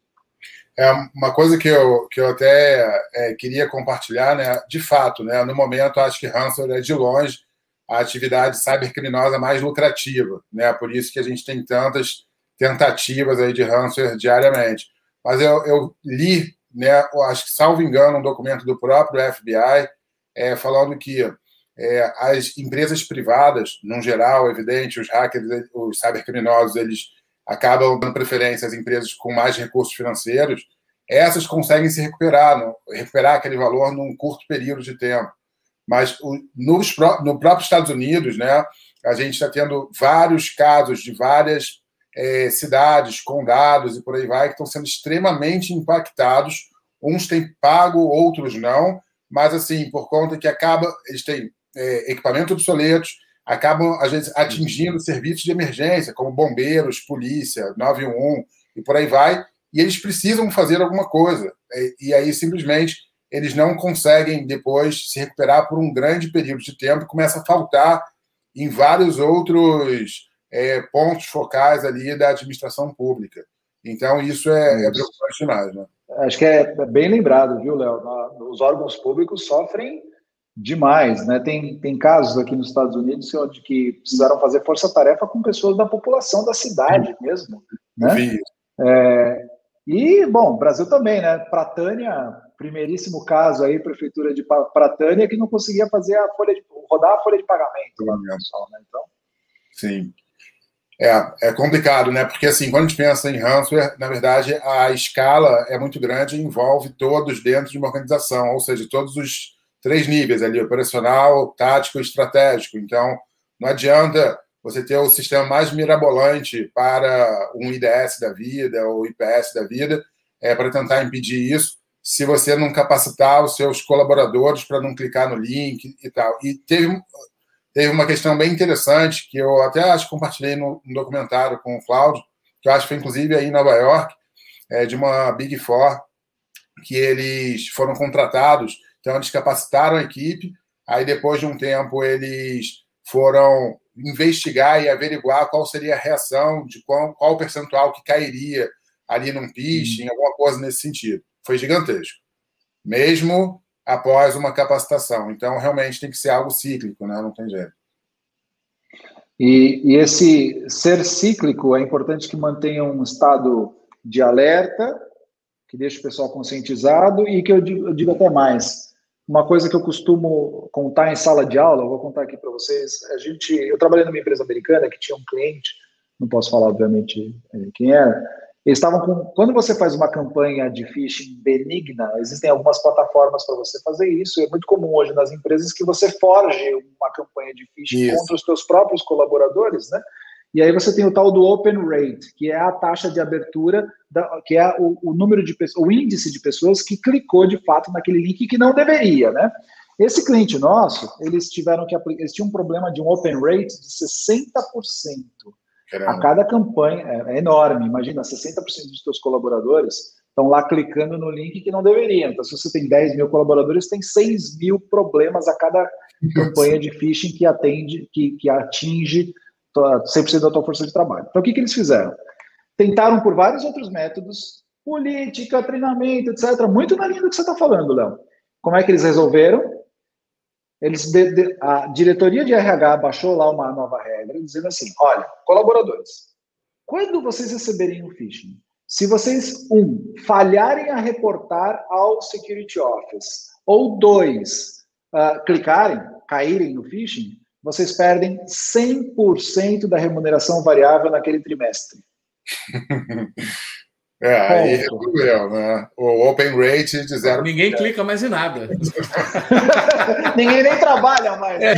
Speaker 1: É uma coisa que eu, que eu até é, queria compartilhar, né? De fato, né? No momento, acho que ransomware é, de longe, a atividade cybercriminosa mais lucrativa, né? Por isso que a gente tem tantas tentativas aí de ransomware diariamente. Mas eu, eu li, né, acho que, salvo engano, um documento do próprio F B I é, falando que é, as empresas privadas, no geral, evidente, os hackers, os cybercriminosos, eles acabam dando preferência às empresas com mais recursos financeiros, essas conseguem se recuperar, no, recuperar aquele valor num curto período de tempo. Mas o, nos, no próprio Estados Unidos, né, a gente está tendo vários casos de várias É, cidades, condados e por aí vai, que estão sendo extremamente impactados. Uns têm pago, outros não, mas assim, por conta que acaba, eles têm é, equipamentos obsoletos, acabam, às vezes, atingindo serviços de emergência, como bombeiros, polícia, nove um um, e por aí vai, e eles precisam fazer alguma coisa. É, e aí, simplesmente, eles não conseguem depois se recuperar por um grande período de tempo, começa a faltar em vários outros É, pontos focais ali da administração pública. Então, isso é, é preocupante demais, né?
Speaker 3: Acho que é bem lembrado, viu, Léo? Os órgãos públicos sofrem demais, né? Tem, tem casos aqui nos Estados Unidos onde que precisaram fazer força-tarefa com pessoas da população da cidade mesmo, né?
Speaker 1: Vi.
Speaker 3: É, e, bom, Brasil também, né? Pratânia, primeiríssimo caso aí, prefeitura de Pratânia, que não conseguia fazer a folha de, rodar a folha de pagamento lá no pessoal, né? Então...
Speaker 1: Sim. É, é complicado, né? Porque, assim, quando a gente pensa em ransomware, na verdade, a escala é muito grande e envolve todos dentro de uma organização, ou seja, todos os três níveis ali, operacional, tático e estratégico. Então, não adianta você ter o sistema mais mirabolante para um I D S da vida ou I P S da vida é, para tentar impedir isso, se você não capacitar os seus colaboradores para não clicar no link e tal. E teve... Teve uma questão bem interessante, que eu até acho que compartilhei no, no documentário com o Cláudio, que eu acho que foi inclusive aí em Nova York, é, de uma Big Four, que eles foram contratados, então eles capacitaram a equipe, aí depois de um tempo eles foram investigar e averiguar qual seria a reação, de qual, qual o percentual que cairia ali num phishing, alguma coisa nesse sentido. Foi gigantesco. Mesmo após uma capacitação. Então, realmente tem que ser algo cíclico, né? Não tem jeito.
Speaker 3: E, e esse ser cíclico é importante que mantenha um estado de alerta, que deixe o pessoal conscientizado e que eu digo, eu digo até mais. Uma coisa que eu costumo contar em sala de aula, eu vou contar aqui para vocês. A gente, eu trabalhei numa empresa americana que tinha um cliente, não posso falar, obviamente, quem era. Eles estavam com... Quando você faz uma campanha de phishing benigna, existem algumas plataformas para você fazer isso. É muito comum hoje nas empresas que você forge uma campanha de phishing isso. contra os seus próprios colaboradores, né? E aí você tem o tal do open rate, que é a taxa de abertura, da, que é o, o número de pessoas, o índice de pessoas que clicou de fato naquele link que não deveria, né? Esse cliente nosso, eles tiveram que aplicar, eles tinham um problema de um open rate de sessenta por cento. A cada campanha, é, é enorme, imagina, sessenta por cento dos seus colaboradores estão lá clicando no link que não deveriam. Então, se você tem dez mil colaboradores, tem seis mil problemas a cada campanha de phishing que atende, que, que atinge cem por cento da tua força de trabalho. Então, o que, que eles fizeram? Tentaram por vários outros métodos, política, treinamento, etcétera, muito na linha do que você está falando, Léo. Como é que eles resolveram? Eles, de, de, a diretoria de R H baixou lá uma nova regra, dizendo assim, olha, colaboradores, quando vocês receberem um phishing, se vocês, um, falharem a reportar ao Security Office, ou dois, uh, clicarem, caírem no phishing, vocês perdem cem por cento da remuneração variável naquele trimestre.
Speaker 1: É, aí resolveu, né? O open rate de zero.
Speaker 2: Ninguém clica mais em nada.
Speaker 3: Ninguém nem trabalha mais.
Speaker 2: É.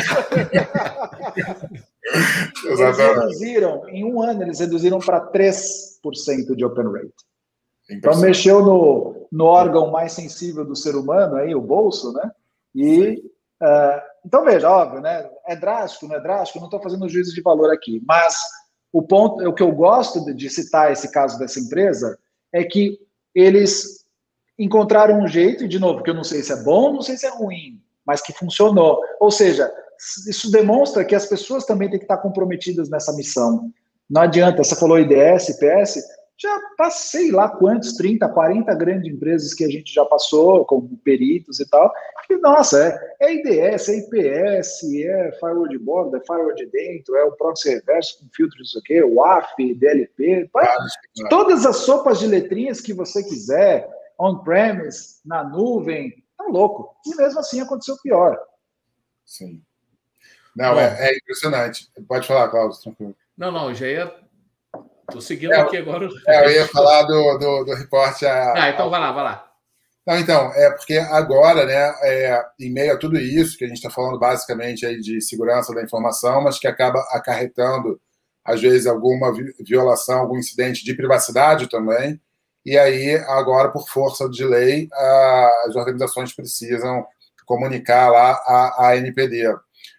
Speaker 3: Eles reduziram, em um ano, eles reduziram para três por cento de open rate. Então, mexeu no, no órgão mais sensível do ser humano, aí, o bolso, né? E, uh, então, veja, óbvio, né? É drástico, não é drástico? Eu não estou fazendo juízo de valor aqui, mas o ponto, o que eu gosto de, de citar esse caso dessa empresa é que eles encontraram um jeito, e de novo, que eu não sei se é bom, não sei se é ruim, mas que funcionou. Ou seja, isso demonstra que as pessoas também têm que estar comprometidas nessa missão. Não adianta, você falou I D S, I P S, já passei lá quantos, trinta, quarenta grandes empresas que a gente já passou, como peritos e tal, que, nossa, é, é I D S, é I P S, é firewall de borda, é firewall de dentro, é o proxy reverso com filtro não sei o quê, o A F, D L P, todas as sopas de letrinhas que você quiser, on-premise, na nuvem, tá louco. E mesmo assim aconteceu pior.
Speaker 1: Sim. Não, é, é impressionante. Pode falar, Cláudio, tranquilo.
Speaker 2: Não, não, já ia... Estou seguindo
Speaker 1: é,
Speaker 2: aqui agora.
Speaker 1: É, eu ia falar do, do, do reporte. A,
Speaker 2: ah, então vai lá, vai lá.
Speaker 1: Não, então, é porque agora, né, é, em meio a tudo isso, que a gente está falando basicamente aí de segurança da informação, mas que acaba acarretando, às vezes, alguma violação, algum incidente de privacidade também, e aí, agora, por força de lei, a, as organizações precisam comunicar lá a, a N P D.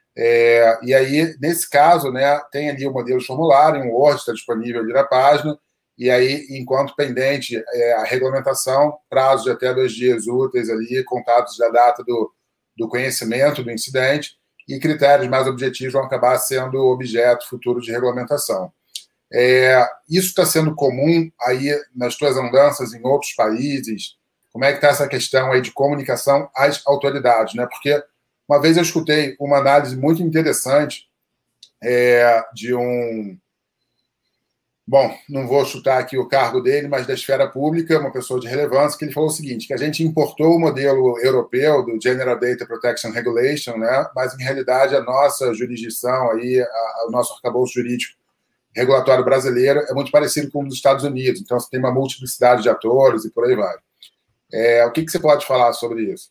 Speaker 1: É, e aí, nesse caso, né, tem ali o modelo de formulário, um Word está disponível ali na página, e aí, enquanto pendente é, a regulamentação, prazo de até dois dias úteis ali, contados da data do, do conhecimento do incidente, e critérios mais objetivos vão acabar sendo objeto futuro de regulamentação. É, isso está sendo comum aí nas tuas andanças em outros países? Como é que está essa questão aí de comunicação às autoridades, né? Porque uma vez eu escutei uma análise muito interessante é, de um... Bom, não vou chutar aqui o cargo dele, mas da esfera pública, uma pessoa de relevância, que ele falou o seguinte, que a gente importou o modelo europeu do General Data Protection Regulation, né? Mas, em realidade, a nossa jurisdição, aí, a, o nosso arcabouço jurídico regulatório brasileiro é muito parecido com o dos Estados Unidos. Então, você tem uma multiplicidade de atores e por aí vai. É, o que, que você pode falar sobre isso?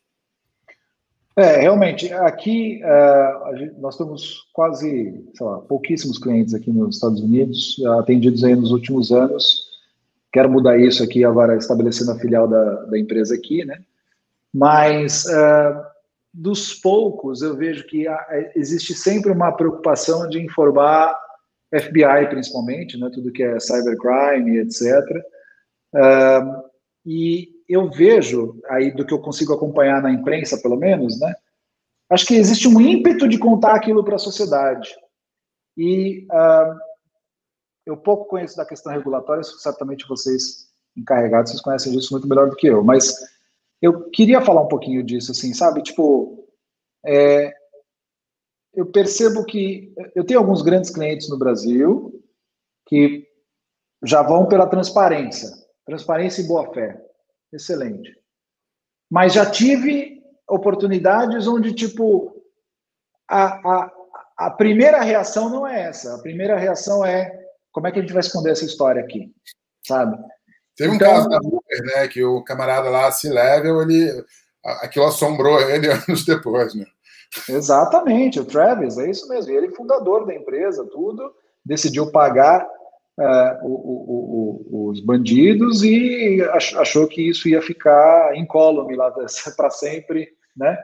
Speaker 3: É, realmente, aqui uh, gente, nós temos quase, sei lá, pouquíssimos clientes aqui nos Estados Unidos, atendidos aí nos últimos anos. Quero mudar isso aqui agora, estabelecendo a filial da, da empresa aqui, né? Mas, uh, dos poucos, eu vejo que há, existe sempre uma preocupação de informar F B I, principalmente, né? Tudo que é cybercrime, etcétera. Uh, e eu vejo, aí do que eu consigo acompanhar na imprensa, pelo menos, né? Acho que existe um ímpeto de contar aquilo para a sociedade. E uh, eu pouco conheço da questão regulatória, certamente vocês encarregados, vocês conhecem disso muito melhor do que eu, mas eu queria falar um pouquinho disso, assim, sabe? Tipo, é, eu percebo que eu tenho alguns grandes clientes no Brasil que já vão pela transparência, transparência e boa-fé. Excelente. Mas já tive oportunidades onde, tipo, a, a, a primeira reação não é essa. A primeira reação é como é que a gente vai esconder essa história aqui, sabe?
Speaker 1: Teve um então, caso da Uber, né, que o camarada lá, C-Level, ele, aquilo assombrou ele anos depois, né?
Speaker 3: Exatamente, o Travis, é isso mesmo. Ele é fundador da empresa, tudo, decidiu pagar uh, o, o, o, os bandidos e achou que isso ia ficar incólume lá para sempre, né?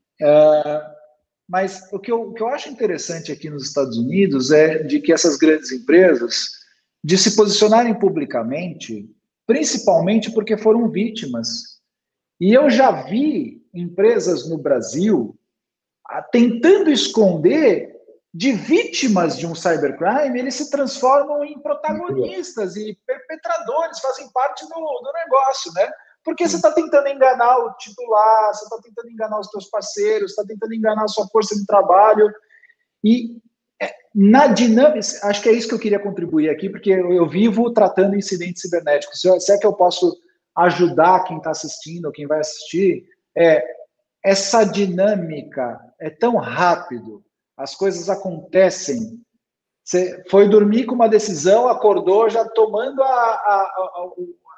Speaker 3: Uh, mas o que, eu, o que eu acho interessante aqui nos Estados Unidos é de que essas grandes empresas, de se posicionarem publicamente, principalmente porque foram vítimas. E eu já vi empresas no Brasil tentando esconder de vítimas de um cybercrime, eles se transformam em protagonistas e perpetradores, fazem parte do, do negócio, né? Porque você está tentando enganar o titular, você está tentando enganar os seus parceiros, está tentando enganar a sua força de trabalho. E na dinâmica, acho que é isso que eu queria contribuir aqui, porque eu vivo tratando incidentes cibernéticos. Se é que eu posso ajudar quem está assistindo, ou quem vai assistir, é essa dinâmica é tão rápido, as coisas acontecem. Você foi dormir com uma decisão, acordou já tomando a, a, a,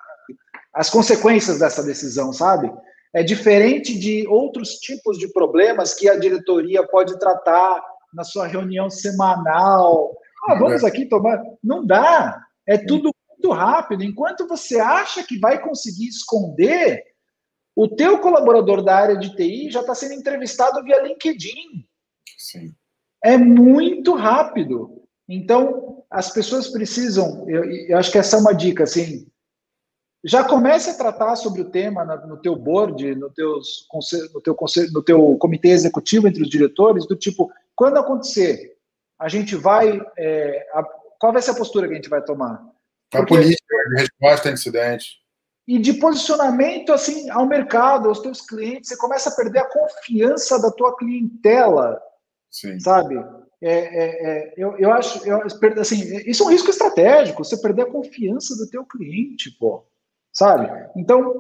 Speaker 3: a, as consequências dessa decisão, sabe? É diferente de outros tipos de problemas que a diretoria pode tratar na sua reunião semanal. Ah, vamos aqui tomar... Não dá. É tudo muito rápido. Enquanto você acha que vai conseguir esconder, o teu colaborador da área de T I já está sendo entrevistado via LinkedIn.
Speaker 1: Sim.
Speaker 3: É muito rápido. Então, as pessoas precisam... Eu, eu acho que essa é uma dica, assim... Já comece a tratar sobre o tema no teu board, no, teus, no, teu, no teu comitê executivo entre os diretores, do tipo, quando acontecer, a gente vai... É, a, qual vai ser a postura que a gente vai tomar?
Speaker 1: A política de resposta a incidente.
Speaker 3: E de posicionamento assim, ao mercado, aos teus clientes, você começa a perder a confiança da tua clientela.
Speaker 1: Sim.
Speaker 3: Sabe? É, é, é, eu, eu acho... Eu, assim, isso é um risco estratégico, você perder a confiança do teu cliente, pô. Sabe? Então,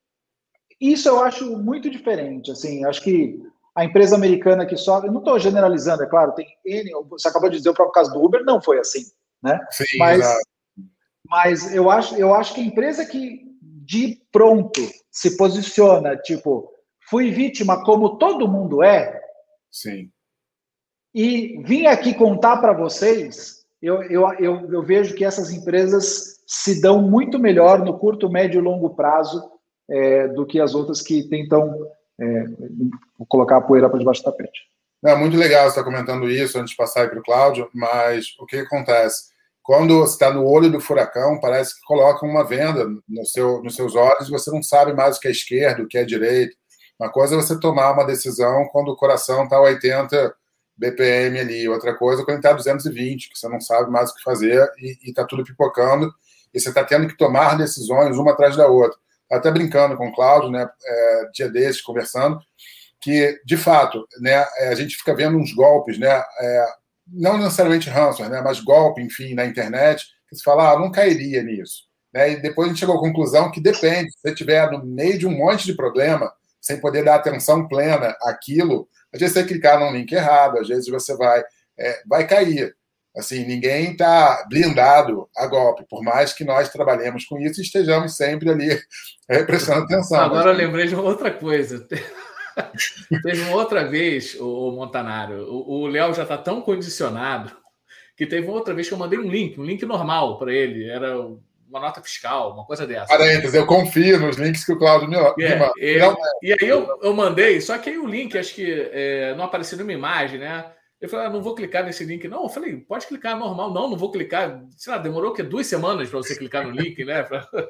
Speaker 3: isso eu acho muito diferente. Assim, acho que a empresa americana que só... Eu não estou generalizando, é claro, tem N... Você acabou de dizer, o próprio caso do Uber não foi assim, né?
Speaker 1: Sim,
Speaker 3: mas,
Speaker 1: exato.
Speaker 3: mas eu acho, eu acho que a empresa que de pronto se posiciona, tipo, fui vítima como todo mundo é,
Speaker 1: sim,
Speaker 3: e vim aqui contar para vocês, eu, eu, eu, eu vejo que essas empresas se dão muito melhor no curto, médio e longo prazo é, do que as outras que tentam é, colocar a poeira para debaixo do tapete.
Speaker 1: É muito legal você estar comentando isso antes de passar para o Cláudio, mas o que acontece? Quando você está no olho do furacão, parece que colocam uma venda no seu, nos seus olhos e você não sabe mais o que é esquerdo, o que é direito. Uma coisa é você tomar uma decisão quando o coração está a oitenta B P M ali, outra coisa é quando está a duzentos e vinte, que você não sabe mais o que fazer e está tudo pipocando, e você está tendo que tomar decisões uma atrás da outra. Até brincando com o Cláudio, né, é, dia desses, conversando, que, de fato, né, a gente fica vendo uns golpes, né, é, não necessariamente ransomware, né, mas golpe, enfim, na internet, que você fala, ah, não cairia nisso. Né, e depois a gente chegou à conclusão que depende, se você estiver no meio de um monte de problema, sem poder dar atenção plena àquilo, às vezes você clicar num link errado, às vezes você vai, é, vai cair. Assim, ninguém está blindado a golpe, por mais que nós trabalhemos com isso e estejamos sempre ali é, prestando atenção.
Speaker 2: Agora mas... eu lembrei de uma outra coisa. Teve uma outra vez, o Montanaro, o Léo já está tão condicionado que teve uma outra vez que eu mandei um link, um link normal para ele, era uma nota fiscal, uma coisa dessa.
Speaker 1: Parênteses, eu confio nos links que o Cláudio me,
Speaker 2: é,
Speaker 1: me manda.
Speaker 2: Ele, e aí eu, eu mandei, só que aí o link, acho que é, não apareceu nenhuma imagem, né? Eu falei, ah, não vou clicar nesse link. Não, eu falei, pode clicar normal. Não, não vou clicar. Sei lá, demorou que duas semanas para você clicar no link, né?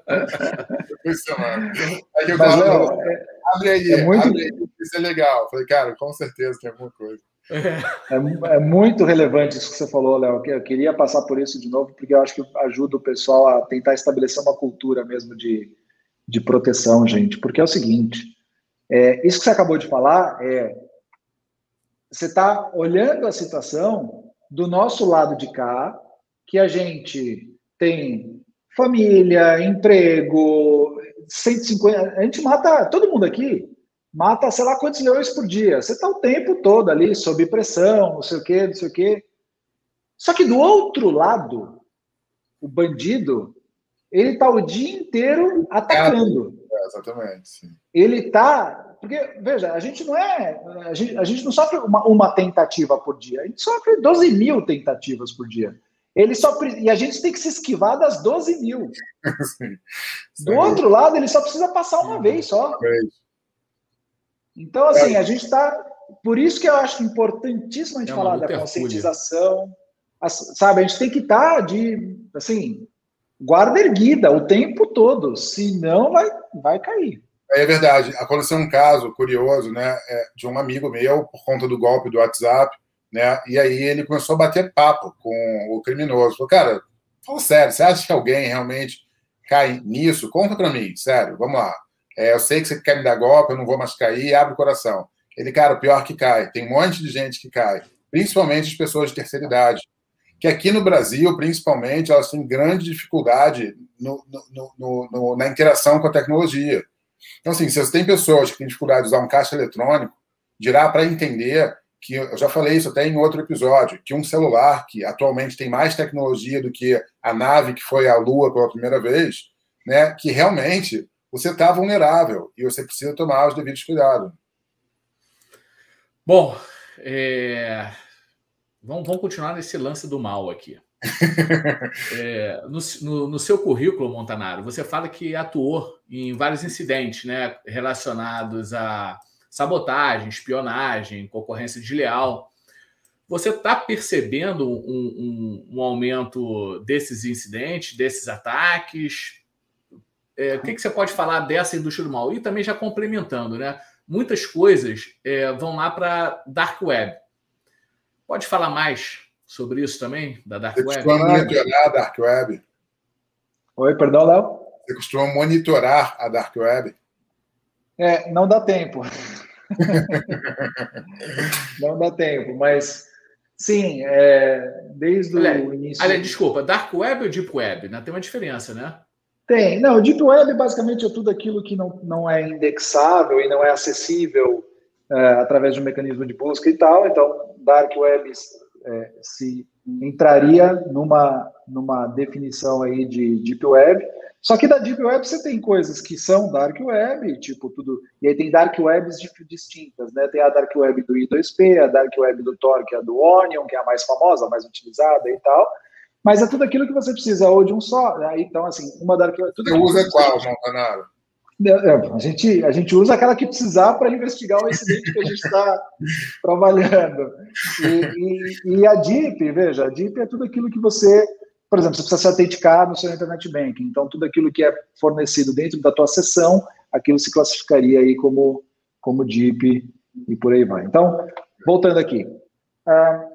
Speaker 1: Duas semanas. Aí eu
Speaker 3: Mas,
Speaker 1: falo,
Speaker 3: Léo, é,
Speaker 1: abre aí,
Speaker 3: é muito...
Speaker 1: abre aí, isso é legal. Eu falei, cara, com certeza tem alguma coisa.
Speaker 3: É, é muito relevante isso que você falou, Léo. Eu queria passar por isso de novo, porque eu acho que ajuda o pessoal a tentar estabelecer uma cultura mesmo de, de proteção, gente. Porque é o seguinte, é, isso que você acabou de falar é... Você está olhando a situação do nosso lado de cá, que a gente tem família, emprego, cento e cinquenta... A gente mata... Todo mundo aqui mata, sei lá, quantos leões por dia. Você está o tempo todo ali, sob pressão, não sei o quê, não sei o quê. Só que do outro lado, o bandido, ele está o dia inteiro atacando.
Speaker 1: É, exatamente, sim.
Speaker 3: Ele está... Porque, veja, a gente não é... A gente, a gente não sofre uma, uma tentativa por dia. A gente sofre doze mil tentativas por dia. Ele só, e a gente tem que se esquivar das doze mil.
Speaker 1: Sim.
Speaker 3: Do outro lado, ele só precisa passar uma vez só. Então, assim, a gente está... Por isso que eu acho importantíssimo a gente é falar da conscientização. Sabe, a gente tem que estar de, assim, guarda erguida o tempo todo, senão vai, vai cair.
Speaker 1: É verdade. Aconteceu um caso curioso, né, de um amigo meu, por conta do golpe do WhatsApp, né, e aí ele começou a bater papo com o criminoso. Falou, cara, fala sério, você acha que alguém realmente cai nisso? Conta pra mim, sério, vamos lá. É, eu sei que você quer me dar golpe, eu não vou mais cair, abre o coração. Ele, cara, o pior que cai. Tem um monte de gente que cai, principalmente as pessoas de terceira idade, que aqui no Brasil, principalmente, elas têm grande dificuldade no, no, no, no, na interação com a tecnologia. Então, assim, se você tem pessoas que têm dificuldade de usar um caixa eletrônico, dirá para entender que, eu já falei isso até em outro episódio, que um celular que atualmente tem mais tecnologia do que a nave que foi à Lua pela primeira vez, né, que realmente você está vulnerável e você precisa tomar os devidos cuidados.
Speaker 2: Bom, é... vamos, vamos continuar nesse lance do mal aqui. É, no, no, no seu currículo, Montanaro, você fala que atuou em vários incidentes, né, relacionados a sabotagem, espionagem, concorrência desleal. Você está percebendo um, um, um aumento desses incidentes, desses ataques? É, o que, que você pode falar dessa indústria do mal? E também já complementando, né? Muitas coisas é, vão lá para Dark Web. Pode falar mais sobre isso também, da Dark
Speaker 1: Você
Speaker 2: Web?
Speaker 1: costuma monitorar a Dark Web?
Speaker 3: Oi, perdão, Léo?
Speaker 1: Você costuma monitorar a Dark Web?
Speaker 3: É, não dá tempo. Não dá tempo, mas sim, é, desde
Speaker 2: Olha,
Speaker 3: o início...
Speaker 2: Olha, desculpa, Dark Web ou Deep Web? Né? Tem uma diferença, né?
Speaker 3: Tem. Não, Deep Web basicamente é tudo aquilo que não, não é indexável e não é acessível é, através de um mecanismo de busca e tal. Então, Dark Web é, se entraria numa, numa definição aí de Deep Web. Só que da Deep Web você tem coisas que são Dark Web, tipo tudo... E aí tem Dark Webs distintas, né? Tem a Dark Web do I dois P, a Dark Web do Tor, que é a do Onion, que é a mais famosa, a mais utilizada e tal. Mas é tudo aquilo que você precisa, ou de um só. Né? Então, assim, uma Dark Web...
Speaker 1: Você usa que qual, Montanaro?
Speaker 3: A gente, a gente usa aquela que precisar para investigar o incidente que a gente está trabalhando. E, e, e a Deep, veja, a Deep é tudo aquilo que você... Por exemplo, você precisa se autenticar no seu Internet Banking. Então, tudo aquilo que é fornecido dentro da tua sessão, aquilo se classificaria aí como, como Deep e por aí vai. Então, voltando aqui. Uh,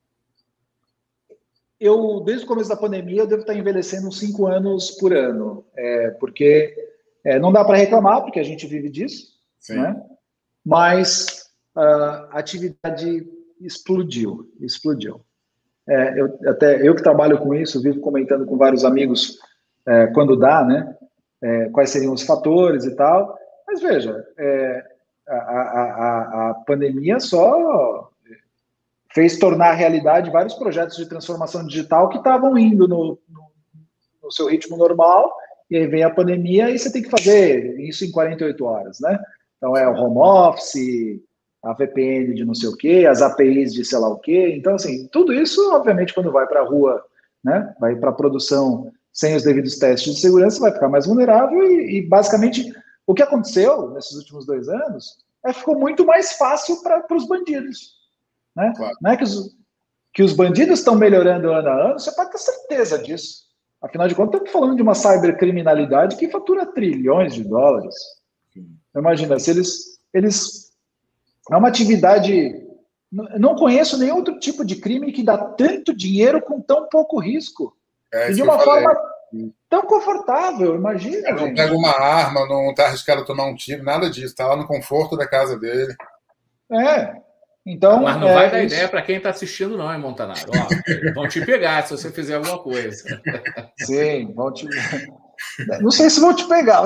Speaker 3: eu, desde o começo da pandemia, eu devo estar envelhecendo uns cinco anos por ano. É, porque é, não dá para reclamar, porque a gente vive disso.
Speaker 1: Sim.
Speaker 3: Né? Mas uh, a atividade explodiu, explodiu. É, eu, até eu que trabalho com isso, vivo comentando com vários amigos é, quando dá, né? É, quais seriam os fatores e tal. Mas veja, é, a, a, a, a pandemia só fez tornar realidade vários projetos de transformação digital que estavam indo no, no, no seu ritmo normal, e aí vem a pandemia e você tem que fazer isso em quarenta e oito horas, né? Então é o home office, a V P N de não sei o quê, as A P Is de sei lá o quê. Então, assim, tudo isso, obviamente, quando vai para a rua, né, vai para a produção sem os devidos testes de segurança, vai ficar mais vulnerável e, e, basicamente, o que aconteceu nesses últimos dois anos é que ficou muito mais fácil para os bandidos. Né?
Speaker 1: Claro.
Speaker 3: Não é que os, que os bandidos estão melhorando ano a ano, você pode ter certeza disso. Afinal de contas, estamos falando de uma cybercriminalidade que fatura trilhões de dólares. Imagina, se eles... eles É uma atividade... Não conheço nenhum outro tipo de crime que dá tanto dinheiro com tão pouco risco.
Speaker 1: É,
Speaker 3: e de uma forma tão confortável, imagina,
Speaker 1: não
Speaker 3: gente.
Speaker 1: Pega uma arma, não está arriscado a tomar um tiro, nada disso. Está lá no conforto da casa dele.
Speaker 3: É. Então,
Speaker 2: Mas não
Speaker 3: é,
Speaker 2: vai dar
Speaker 3: isso...
Speaker 2: ideia para quem está assistindo, não, hein, Montanaro? Ó, vão te pegar se você fizer alguma coisa.
Speaker 3: Sim, vão te... Não sei se vão te pegar.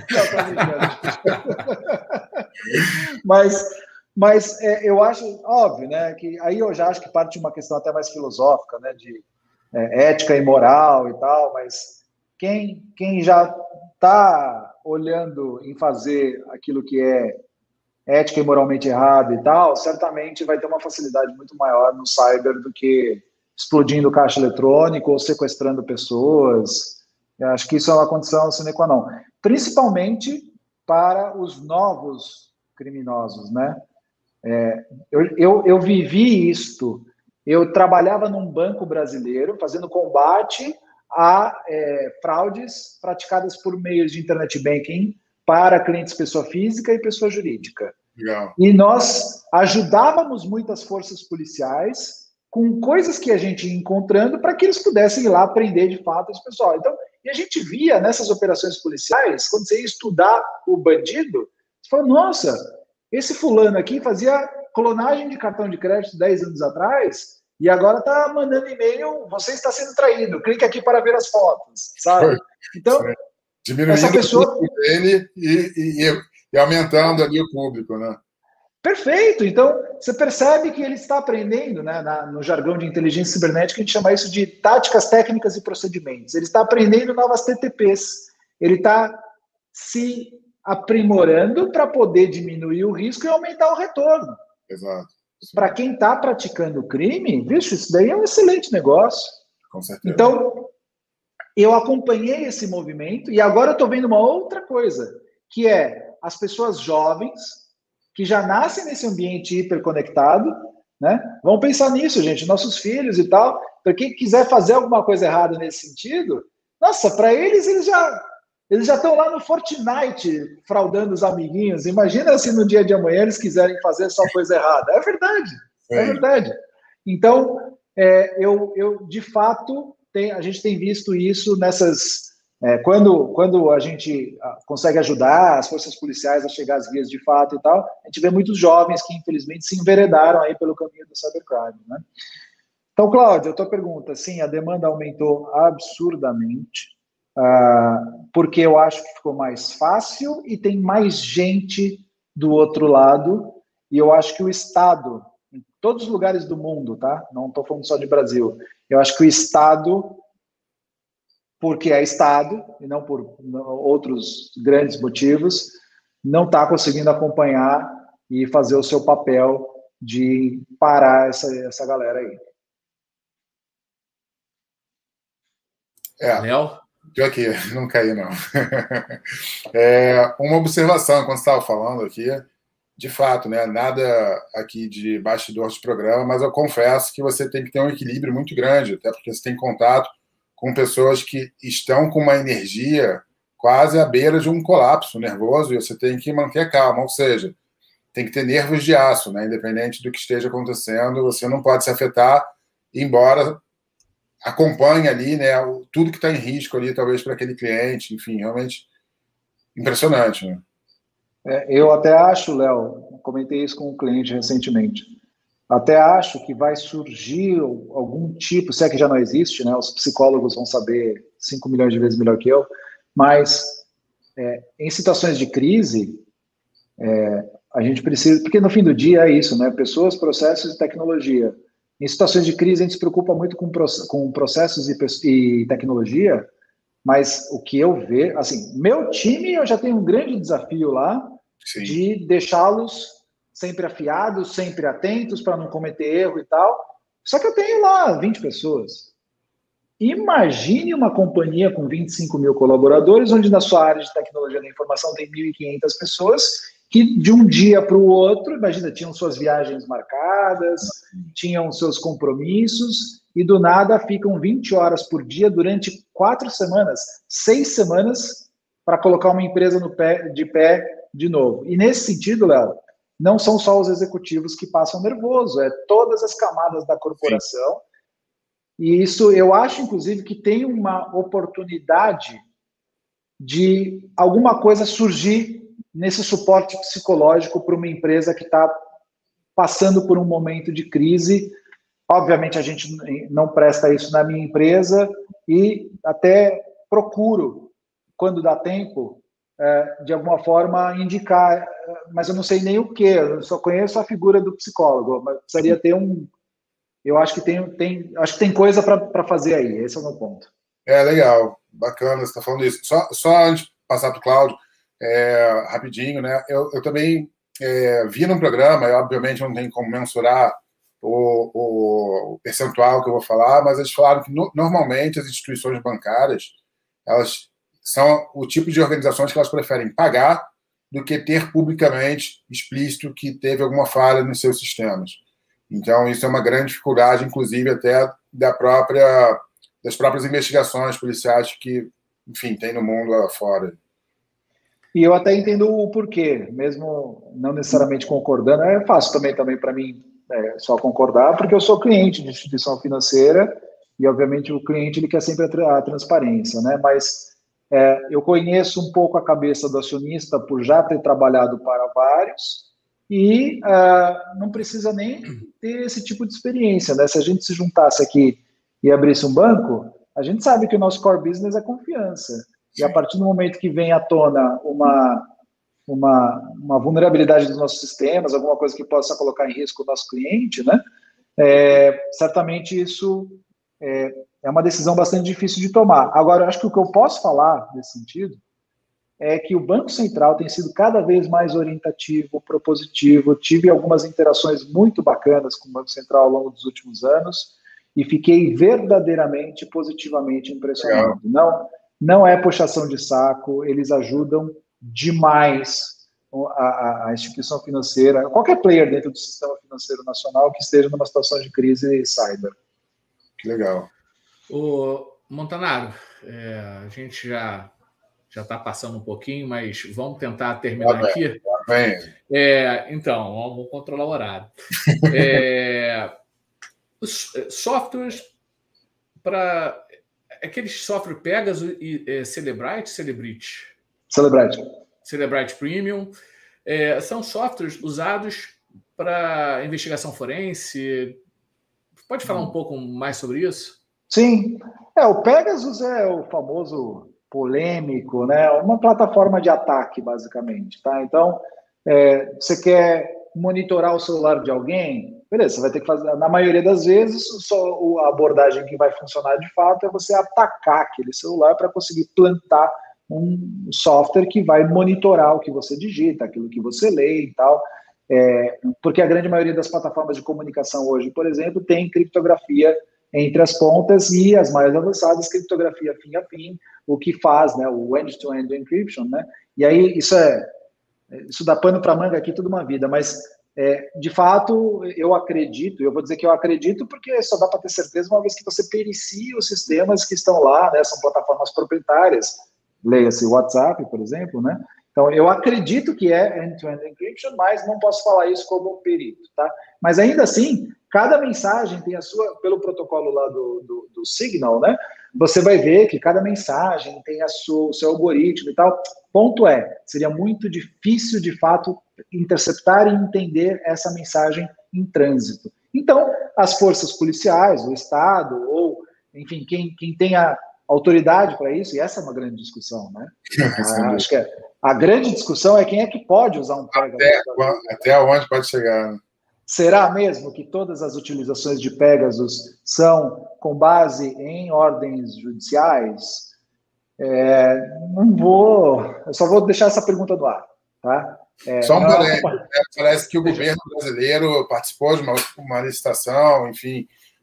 Speaker 3: Mas... Mas é, eu acho, óbvio, né, que aí eu já acho que parte de uma questão até mais filosófica, né, de é, ética e moral e tal, mas quem, quem já está olhando em fazer aquilo que é ética e moralmente errado e tal, certamente vai ter uma facilidade muito maior no cyber do que explodindo caixa eletrônico ou sequestrando pessoas. Eu acho que isso é uma condição sine qua non, principalmente para os novos criminosos, né? É, eu, eu, eu vivi isto. Eu trabalhava num banco brasileiro fazendo combate a é, fraudes praticadas por meios de internet banking para clientes pessoa física e pessoa jurídica.
Speaker 1: Legal.
Speaker 3: E nós ajudávamos muitas forças policiais com coisas que a gente ia encontrando para que eles pudessem ir lá prender de fato esse pessoal. Então, e a gente via nessas operações policiais, quando você ia estudar o bandido, você fala, nossa, esse fulano aqui fazia clonagem de cartão de crédito dez anos atrás e agora está mandando e-mail, você está sendo traído, clique aqui para ver as fotos, sabe? Então,
Speaker 1: diminuindo essa pessoa... o custo dele e, e, e aumentando ali o público, né?
Speaker 3: Perfeito. Então, você percebe que ele está aprendendo, né, na, no jargão de inteligência cibernética, a gente chama isso de táticas, técnicas e procedimentos. Ele está aprendendo novas T T Ps. Ele está se aprimorando para poder diminuir o risco e aumentar o retorno.
Speaker 1: Exato.
Speaker 3: Para quem está praticando crime, vixe, isso daí é um excelente negócio.
Speaker 1: Com certeza.
Speaker 3: Então, eu acompanhei esse movimento e agora eu estou vendo uma outra coisa, que é as pessoas jovens que já nascem nesse ambiente hiperconectado, né? Vamos pensar nisso, gente, nossos filhos e tal. Para quem quiser fazer alguma coisa errada nesse sentido, nossa, para eles, eles já eles já estão lá no Fortnite fraudando os amiguinhos. Imagina se no dia de amanhã eles quiserem fazer só coisa errada. É verdade, é, é verdade. Então, é, eu, eu, de fato, tem, a gente tem visto isso nessas... É, quando, quando a gente consegue ajudar as forças policiais a chegar às vias de fato e tal, a gente vê muitos jovens que, infelizmente, se enveredaram aí pelo caminho do cybercrime, né? Então, Cláudio, a tua pergunta, sim, a demanda aumentou absurdamente, uh, porque eu acho que ficou mais fácil e tem mais gente do outro lado, e eu acho que o Estado, em todos os lugares do mundo, tá? Não estou falando só de Brasil, eu acho que o Estado... porque é Estado, e não por outros grandes motivos, não está conseguindo acompanhar e fazer o seu papel de parar essa, essa galera aí.
Speaker 1: É,
Speaker 2: Léo?
Speaker 1: Estou aqui, não caí não. É, uma observação, quando você estava falando aqui, de fato, né, nada aqui de bastidor de programa, mas eu confesso que você tem que ter um equilíbrio muito grande, até porque você tem contato com pessoas que estão com uma energia quase à beira de um colapso nervoso e você tem que manter calma, ou seja, tem que ter nervos de aço, né? Independente do que esteja acontecendo, você não pode se afetar, embora acompanhe ali, né, tudo que está em risco ali, talvez para aquele cliente, enfim, realmente impressionante, né?
Speaker 3: É, eu até acho, Léo, comentei isso com um cliente recentemente, até acho que vai surgir algum tipo, se é que já não existe, né? Os psicólogos vão saber cinco milhões de vezes melhor que eu, mas é, em situações de crise, é, a gente precisa, porque no fim do dia é isso, né? Pessoas, processos e tecnologia. Em situações de crise, a gente se preocupa muito com, com processos e, e tecnologia, mas o que eu vejo, assim, meu time, eu já tenho um grande desafio lá, Sim. de deixá-los sempre afiados, sempre atentos para não cometer erro e tal. Só que eu tenho lá vinte pessoas. Imagine uma companhia com vinte e cinco mil colaboradores, onde na sua área de tecnologia da informação tem mil e quinhentas pessoas, que de um dia para o outro, imagina, tinham suas viagens marcadas, tinham seus compromissos, e do nada ficam vinte horas por dia durante quatro semanas, seis semanas, para colocar uma empresa no pé, de pé de novo. E nesse sentido, Léo, não são só os executivos que passam nervoso, é todas as camadas da corporação. Sim. E isso eu acho, inclusive, que tem uma oportunidade de alguma coisa surgir nesse suporte psicológico para uma empresa que está passando por um momento de crise. Obviamente, a gente não presta isso na minha empresa e até procuro, quando dá tempo, É, de alguma forma indicar, mas eu não sei nem o que, eu só conheço a figura do psicólogo, mas precisaria ter um, eu acho que tem, tem, acho que tem coisa para fazer aí, esse é o meu ponto.
Speaker 1: É, legal, bacana você está falando isso. Só, só antes de passar para o Cláudio, é, rapidinho, né, eu, eu também é, vi num programa, e obviamente não tem como mensurar o, o percentual que eu vou falar, mas eles falaram que no, normalmente as instituições bancárias elas são o tipo de organizações que elas preferem pagar do que ter publicamente explícito que teve alguma falha nos seus sistemas. Então, isso é uma grande dificuldade, inclusive, até da própria, das próprias investigações policiais que, enfim, tem no mundo lá fora.
Speaker 3: E eu até entendo o porquê, mesmo não necessariamente concordando. É fácil também, também para mim é, só concordar, porque eu sou cliente de instituição financeira e, obviamente, o cliente ele quer sempre a, tra a transparência, né? Mas é, eu conheço um pouco a cabeça do acionista por já ter trabalhado para vários e uh, não precisa nem ter esse tipo de experiência, né? Se a gente se juntasse aqui e abrisse um banco, a gente sabe que o nosso core business é confiança. E a partir do momento que vem à tona uma, uma, uma vulnerabilidade dos nossos sistemas, alguma coisa que possa colocar em risco o nosso cliente, né? É, certamente isso é, é uma decisão bastante difícil de tomar. Agora, eu acho que o que eu posso falar nesse sentido é que o Banco Central tem sido cada vez mais orientativo, propositivo. Tive algumas interações muito bacanas com o Banco Central ao longo dos últimos anos e fiquei verdadeiramente positivamente impressionado. Não, não é puxação de saco, eles ajudam demais a, a instituição financeira, qualquer player dentro do sistema financeiro nacional que esteja numa situação de crise cyber.
Speaker 1: Que legal.
Speaker 2: O Montanaro, é, a gente já já está passando um pouquinho, mas vamos tentar terminar
Speaker 1: tá
Speaker 2: aqui.
Speaker 1: Tá bem.
Speaker 2: É, então, vamos controlar o horário. É, os softwares para aqueles software Pegasus e é, Cellebrite, Cellebrite,
Speaker 3: Cellebrite,
Speaker 2: Cellebrite Premium, é, são softwares usados para investigação forense. Pode falar um pouco mais sobre isso?
Speaker 3: Sim, é, o Pegasus é o famoso polêmico, né? Uma plataforma de ataque, basicamente, tá? Então, é, você quer monitorar o celular de alguém, beleza, você vai ter que fazer, na maioria das vezes, só a abordagem que vai funcionar de fato é você atacar aquele celular para conseguir plantar um software que vai monitorar o que você digita, aquilo que você lê e tal, é, porque a grande maioria das plataformas de comunicação hoje, por exemplo, tem criptografia entre as pontas e as mais avançadas, criptografia fim a fim, o que faz, né, o end-to-end encryption, né, e aí isso é, isso dá pano para manga aqui toda uma vida, mas é, de fato eu acredito, eu vou dizer que eu acredito porque só dá para ter certeza uma vez que você pericia os sistemas que estão lá, né, são plataformas proprietárias, leia-se o WhatsApp, por exemplo, né, então eu acredito que é end-to-end encryption, mas não posso falar isso como perito, tá, mas ainda assim, cada mensagem tem a sua, pelo protocolo lá do, do, do Signal, né? Você vai ver que cada mensagem tem a sua, o seu algoritmo e tal. Ponto é, seria muito difícil, de fato, interceptar e entender essa mensagem em trânsito. Então, as forças policiais, o Estado, ou, enfim, quem, quem tem a autoridade para isso, e essa é uma grande discussão, né? Ah, acho que é, a grande discussão é quem é que pode usar um Pegasus.
Speaker 1: Até, até onde pode chegar, né?
Speaker 3: Será mesmo que todas as utilizações de Pegasus são com base em ordens judiciais? É, não vou, eu só vou deixar essa pergunta no ar, tá? É,
Speaker 1: só um
Speaker 3: não,
Speaker 1: parece, parece que o governo brasileiro participou de uma, uma licitação, enfim,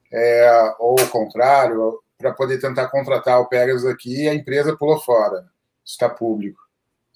Speaker 1: é, ou o contrário, para poder tentar contratar o Pegasus aqui, e a empresa pulou fora. Está público.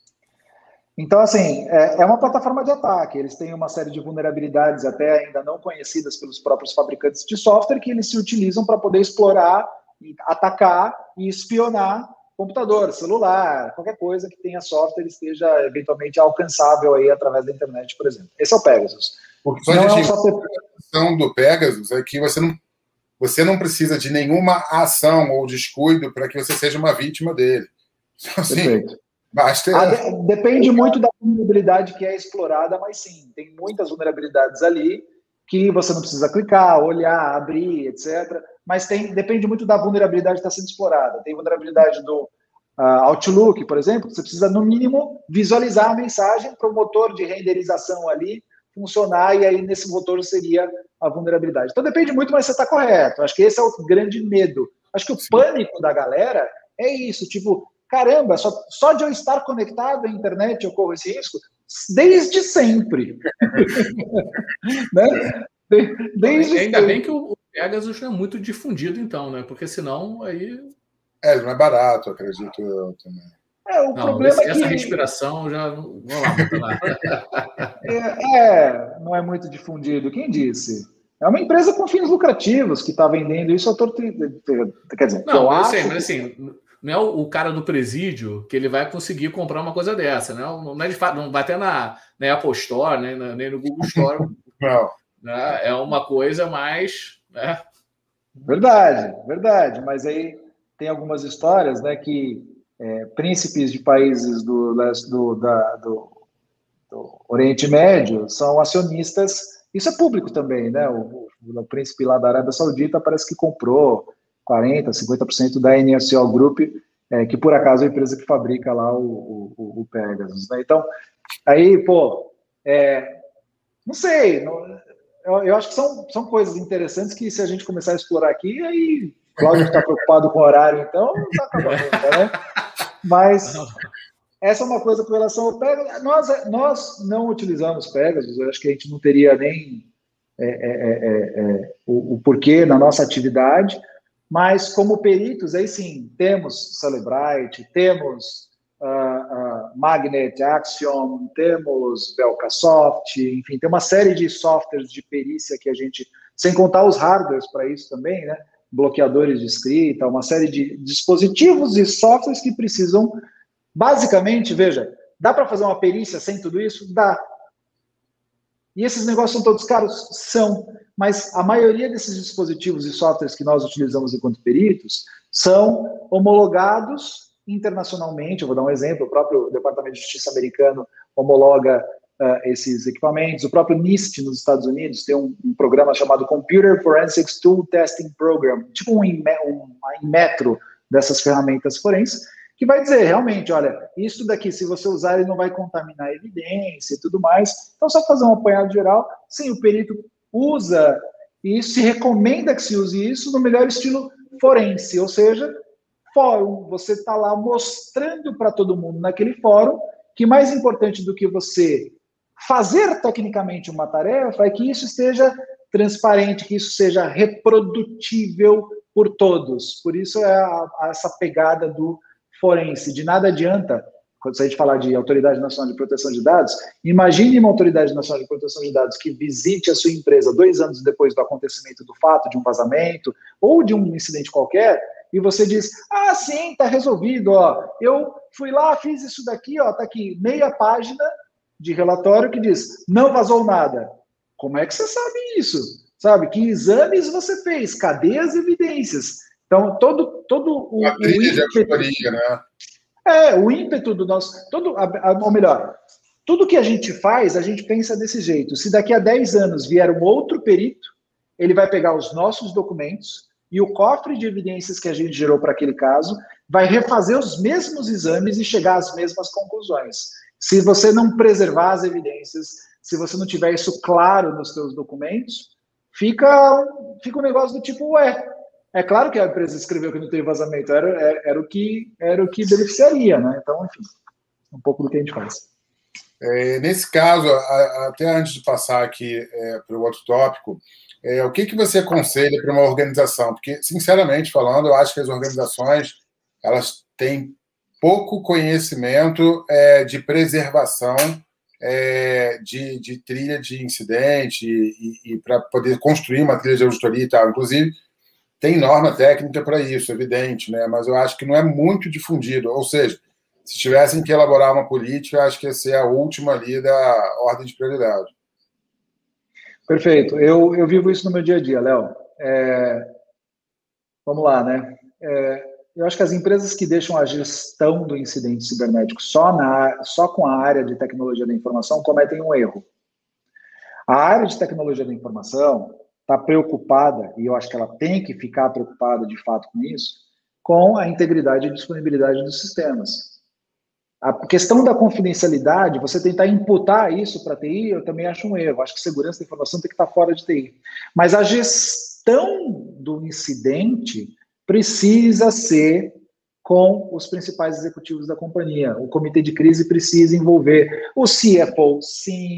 Speaker 3: Então, assim, é uma plataforma de ataque. Eles têm uma série de vulnerabilidades até ainda não conhecidas pelos próprios fabricantes de software que eles se utilizam para poder explorar, atacar e espionar computador, celular, qualquer coisa que tenha software e esteja eventualmente alcançável aí através da internet, por exemplo. Esse é o Pegasus.
Speaker 1: Porque só não a, gente, é um software... a questão do Pegasus é que você não, você não precisa de nenhuma ação ou descuido para que você seja uma vítima dele. Então, assim,
Speaker 3: perfeito.
Speaker 1: Basta...
Speaker 3: Ah, de, depende muito da vulnerabilidade que é explorada, mas sim, tem muitas vulnerabilidades ali que você não precisa clicar, olhar, abrir, etcétera. Mas tem, depende muito da vulnerabilidade que está sendo explorada. Tem vulnerabilidade do uh, Outlook, por exemplo, que você precisa, no mínimo, visualizar a mensagem para o motor de renderização ali funcionar, e aí nesse motor seria a vulnerabilidade. Então depende muito, mas você está correto. Acho que esse é o grande medo. Acho que o sim. pânico da galera é isso, tipo... Caramba, só, só de eu estar conectado à internet eu corro esse risco? Desde sempre. Né? Desde
Speaker 2: Ainda bem que o Pegasus não é muito difundido, então, né? Porque senão aí.
Speaker 1: É, não é barato, acredito eu também.
Speaker 3: É, o
Speaker 2: não,
Speaker 3: problema
Speaker 2: esse,
Speaker 3: é que...
Speaker 2: essa respiração já. Vamos lá, Montanaro.
Speaker 3: é, é, não é muito difundido. Quem disse? É uma empresa com fins lucrativos que está vendendo isso a torto. Quer dizer,
Speaker 2: Não,
Speaker 3: eu
Speaker 2: eu
Speaker 3: acho
Speaker 2: sei, mas
Speaker 3: que...
Speaker 2: assim, não é o, o cara do presídio que ele vai conseguir comprar uma coisa dessa, né? Não, é de fato, não vai ter na, na Apple Store, né? nem no Google Store.
Speaker 1: Não.
Speaker 2: Né? É uma coisa mais. Né?
Speaker 3: Verdade, verdade. Mas aí tem algumas histórias, né, que é, príncipes de países do, do, da, do, do Oriente Médio são acionistas. Isso é público também, né? O, o, o príncipe lá da Arábia Saudita parece que comprou quarenta por cento, cinquenta por cento da N S O Group, é, que por acaso é a empresa que fabrica lá o, o, o Pegasus. Né? Então, aí, pô, é, não sei, não, eu, eu acho que são, são coisas interessantes que se a gente começar a explorar aqui, aí Cláudio está preocupado com o horário, então não está acabando nunca, né? Mas essa é uma coisa com relação ao Pegasus. Nós, nós não utilizamos Pegasus, eu acho que a gente não teria nem é, é, é, é, o, o porquê na nossa atividade, mas como peritos, aí sim, temos Cellebrite, temos uh, uh, Magnet, Axiom, temos Belcasoft, enfim, tem uma série de softwares de perícia que a gente, sem contar os hardwares para isso também, né? Bloqueadores de escrita, uma série de dispositivos e softwares que precisam, basicamente, veja, dá para fazer uma perícia sem tudo isso? Dá. E esses negócios são todos caros? São. Mas a maioria desses dispositivos e softwares que nós utilizamos enquanto peritos são homologados internacionalmente. Eu vou dar um exemplo, o próprio Departamento de Justiça americano homologa uh, esses equipamentos. O próprio NIST nos Estados Unidos tem um, um programa chamado Computer Forensics Tool Testing Program, tipo um, um metro dessas ferramentas forenses, que vai dizer, realmente, olha, isso daqui, se você usar, ele não vai contaminar a evidência e tudo mais. Então, só fazer um apanhado geral, sim, o perito usa isso, se recomenda que se use isso no melhor estilo forense, ou seja, fórum, você está lá mostrando para todo mundo naquele fórum que mais importante do que você fazer tecnicamente uma tarefa é que isso esteja transparente, que isso seja reprodutível por todos. Por isso é a, a, essa pegada do forense. De nada adianta, quando a gente falar de Autoridade Nacional de Proteção de Dados, imagine uma Autoridade Nacional de Proteção de Dados que visite a sua empresa dois anos depois do acontecimento do fato, de um vazamento, ou de um incidente qualquer, e você diz, ah, sim, tá resolvido, ó, eu fui lá, fiz isso daqui, ó, tá aqui, meia página de relatório que diz, não vazou nada. Como é que você sabe isso? Sabe, que exames você fez? Cadê as evidências? Então, todo, todo o,
Speaker 1: a trilha
Speaker 3: o
Speaker 1: de auditoria, né?
Speaker 3: É, o ímpeto do nosso... Todo, ou melhor, tudo que a gente faz, a gente pensa desse jeito. Se daqui a dez anos vier um outro perito, ele vai pegar os nossos documentos e o cofre de evidências que a gente gerou para aquele caso, vai refazer os mesmos exames e chegar às mesmas conclusões. Se você não preservar as evidências, se você não tiver isso claro nos seus documentos, fica, fica um negócio do tipo, ué, é claro que a empresa escreveu que não teve vazamento, era, era, era, o, que, era o que beneficiaria, né? Então, enfim, um pouco do que a gente faz.
Speaker 1: É, nesse caso, a, até antes de passar aqui é, para o outro tópico, é, o que, que você aconselha para uma organização? Porque, sinceramente falando, eu acho que as organizações elas têm pouco conhecimento é, de preservação é, de, de trilha de incidente e, e para poder construir uma trilha de auditoria e tal. Inclusive, tem norma técnica para isso, evidente, né? Mas eu acho que não é muito difundido. Ou seja, se tivessem que elaborar uma política, eu acho que ia ser a última ali da ordem de prioridade.
Speaker 3: Perfeito. Eu, eu vivo isso no meu dia a dia, Léo. É, vamos lá, né? É, eu acho que as empresas que deixam a gestão do incidente cibernético só, na, só com a área de tecnologia da informação cometem um erro. A área de tecnologia da informação está preocupada, e eu acho que ela tem que ficar preocupada de fato com isso, com a integridade e disponibilidade dos sistemas. A questão da confidencialidade, você tentar imputar isso para a T I, eu também acho um erro. Acho que segurança da informação tem que estar fora de T I. Mas a gestão do incidente precisa ser com os principais executivos da companhia. O comitê de crise precisa envolver o C F O, sim,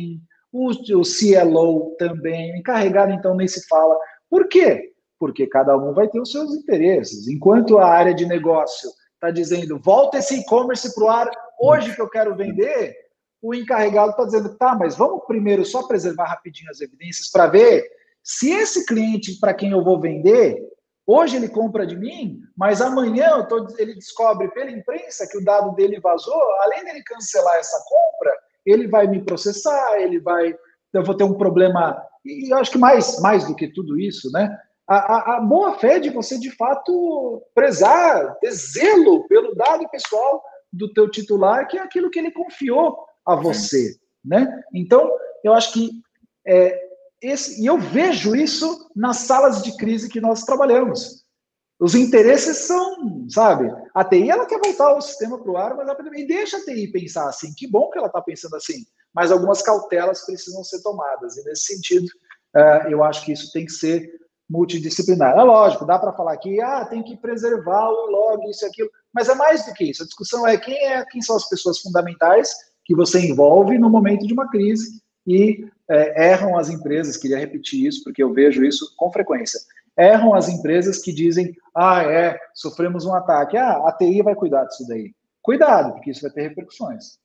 Speaker 3: o, o C L O também, o encarregado então nem se fala. Por quê? Porque cada um vai ter os seus interesses. Enquanto a área de negócio está dizendo, volta esse e-commerce para o ar, hoje que eu quero vender, o encarregado está dizendo, tá, mas vamos primeiro só preservar rapidinho as evidências para ver se esse cliente para quem eu vou vender, hoje ele compra de mim, mas amanhã eu tô, ele descobre pela imprensa que o dado dele vazou, além dele cancelar essa compra, ele vai me processar, ele vai, eu vou ter um problema, e eu acho que mais, mais do que tudo isso, né? A, a, a boa fé de você, de fato, prezar, ter zelo pelo dado pessoal do teu titular, que é aquilo que ele confiou a você, né? Então, eu acho que é, esse, e eu vejo isso nas salas de crise que nós trabalhamos. Os interesses são, sabe? A T I, ela quer voltar o sistema para o ar, mas ela, e deixa a T I pensar assim. Que bom que ela está pensando assim, mas algumas cautelas precisam ser tomadas. E nesse sentido, uh, eu acho que isso tem que ser multidisciplinar. É lógico, dá para falar que ah, tem que preservar o log, isso e aquilo, mas é mais do que isso. A discussão é quem, é quem são as pessoas fundamentais que você envolve no momento de uma crise e é, erram as empresas, queria repetir isso porque eu vejo isso com frequência, erram as empresas que dizem, ah, é, sofremos um ataque, ah, a T I vai cuidar disso daí. Cuidado, porque isso vai ter repercussões.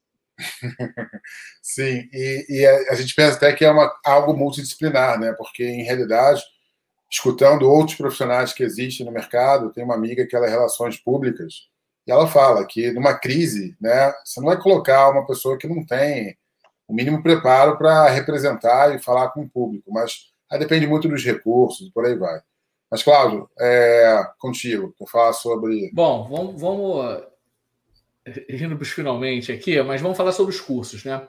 Speaker 1: Sim, e, e a, a gente pensa até que é uma, algo multidisciplinar, né? Porque, em realidade, escutando outros profissionais que existem no mercado, tem uma amiga que ela é relações públicas, e ela fala que numa crise, né, você não vai colocar uma pessoa que não tem o mínimo preparo para representar e falar com o público, mas aí depende muito dos recursos, por aí vai. Mas, Cláudio, é contigo, que eu falo sobre...
Speaker 2: Bom, vamos, vamos indo para os finalmente aqui, mas vamos falar sobre os cursos, né?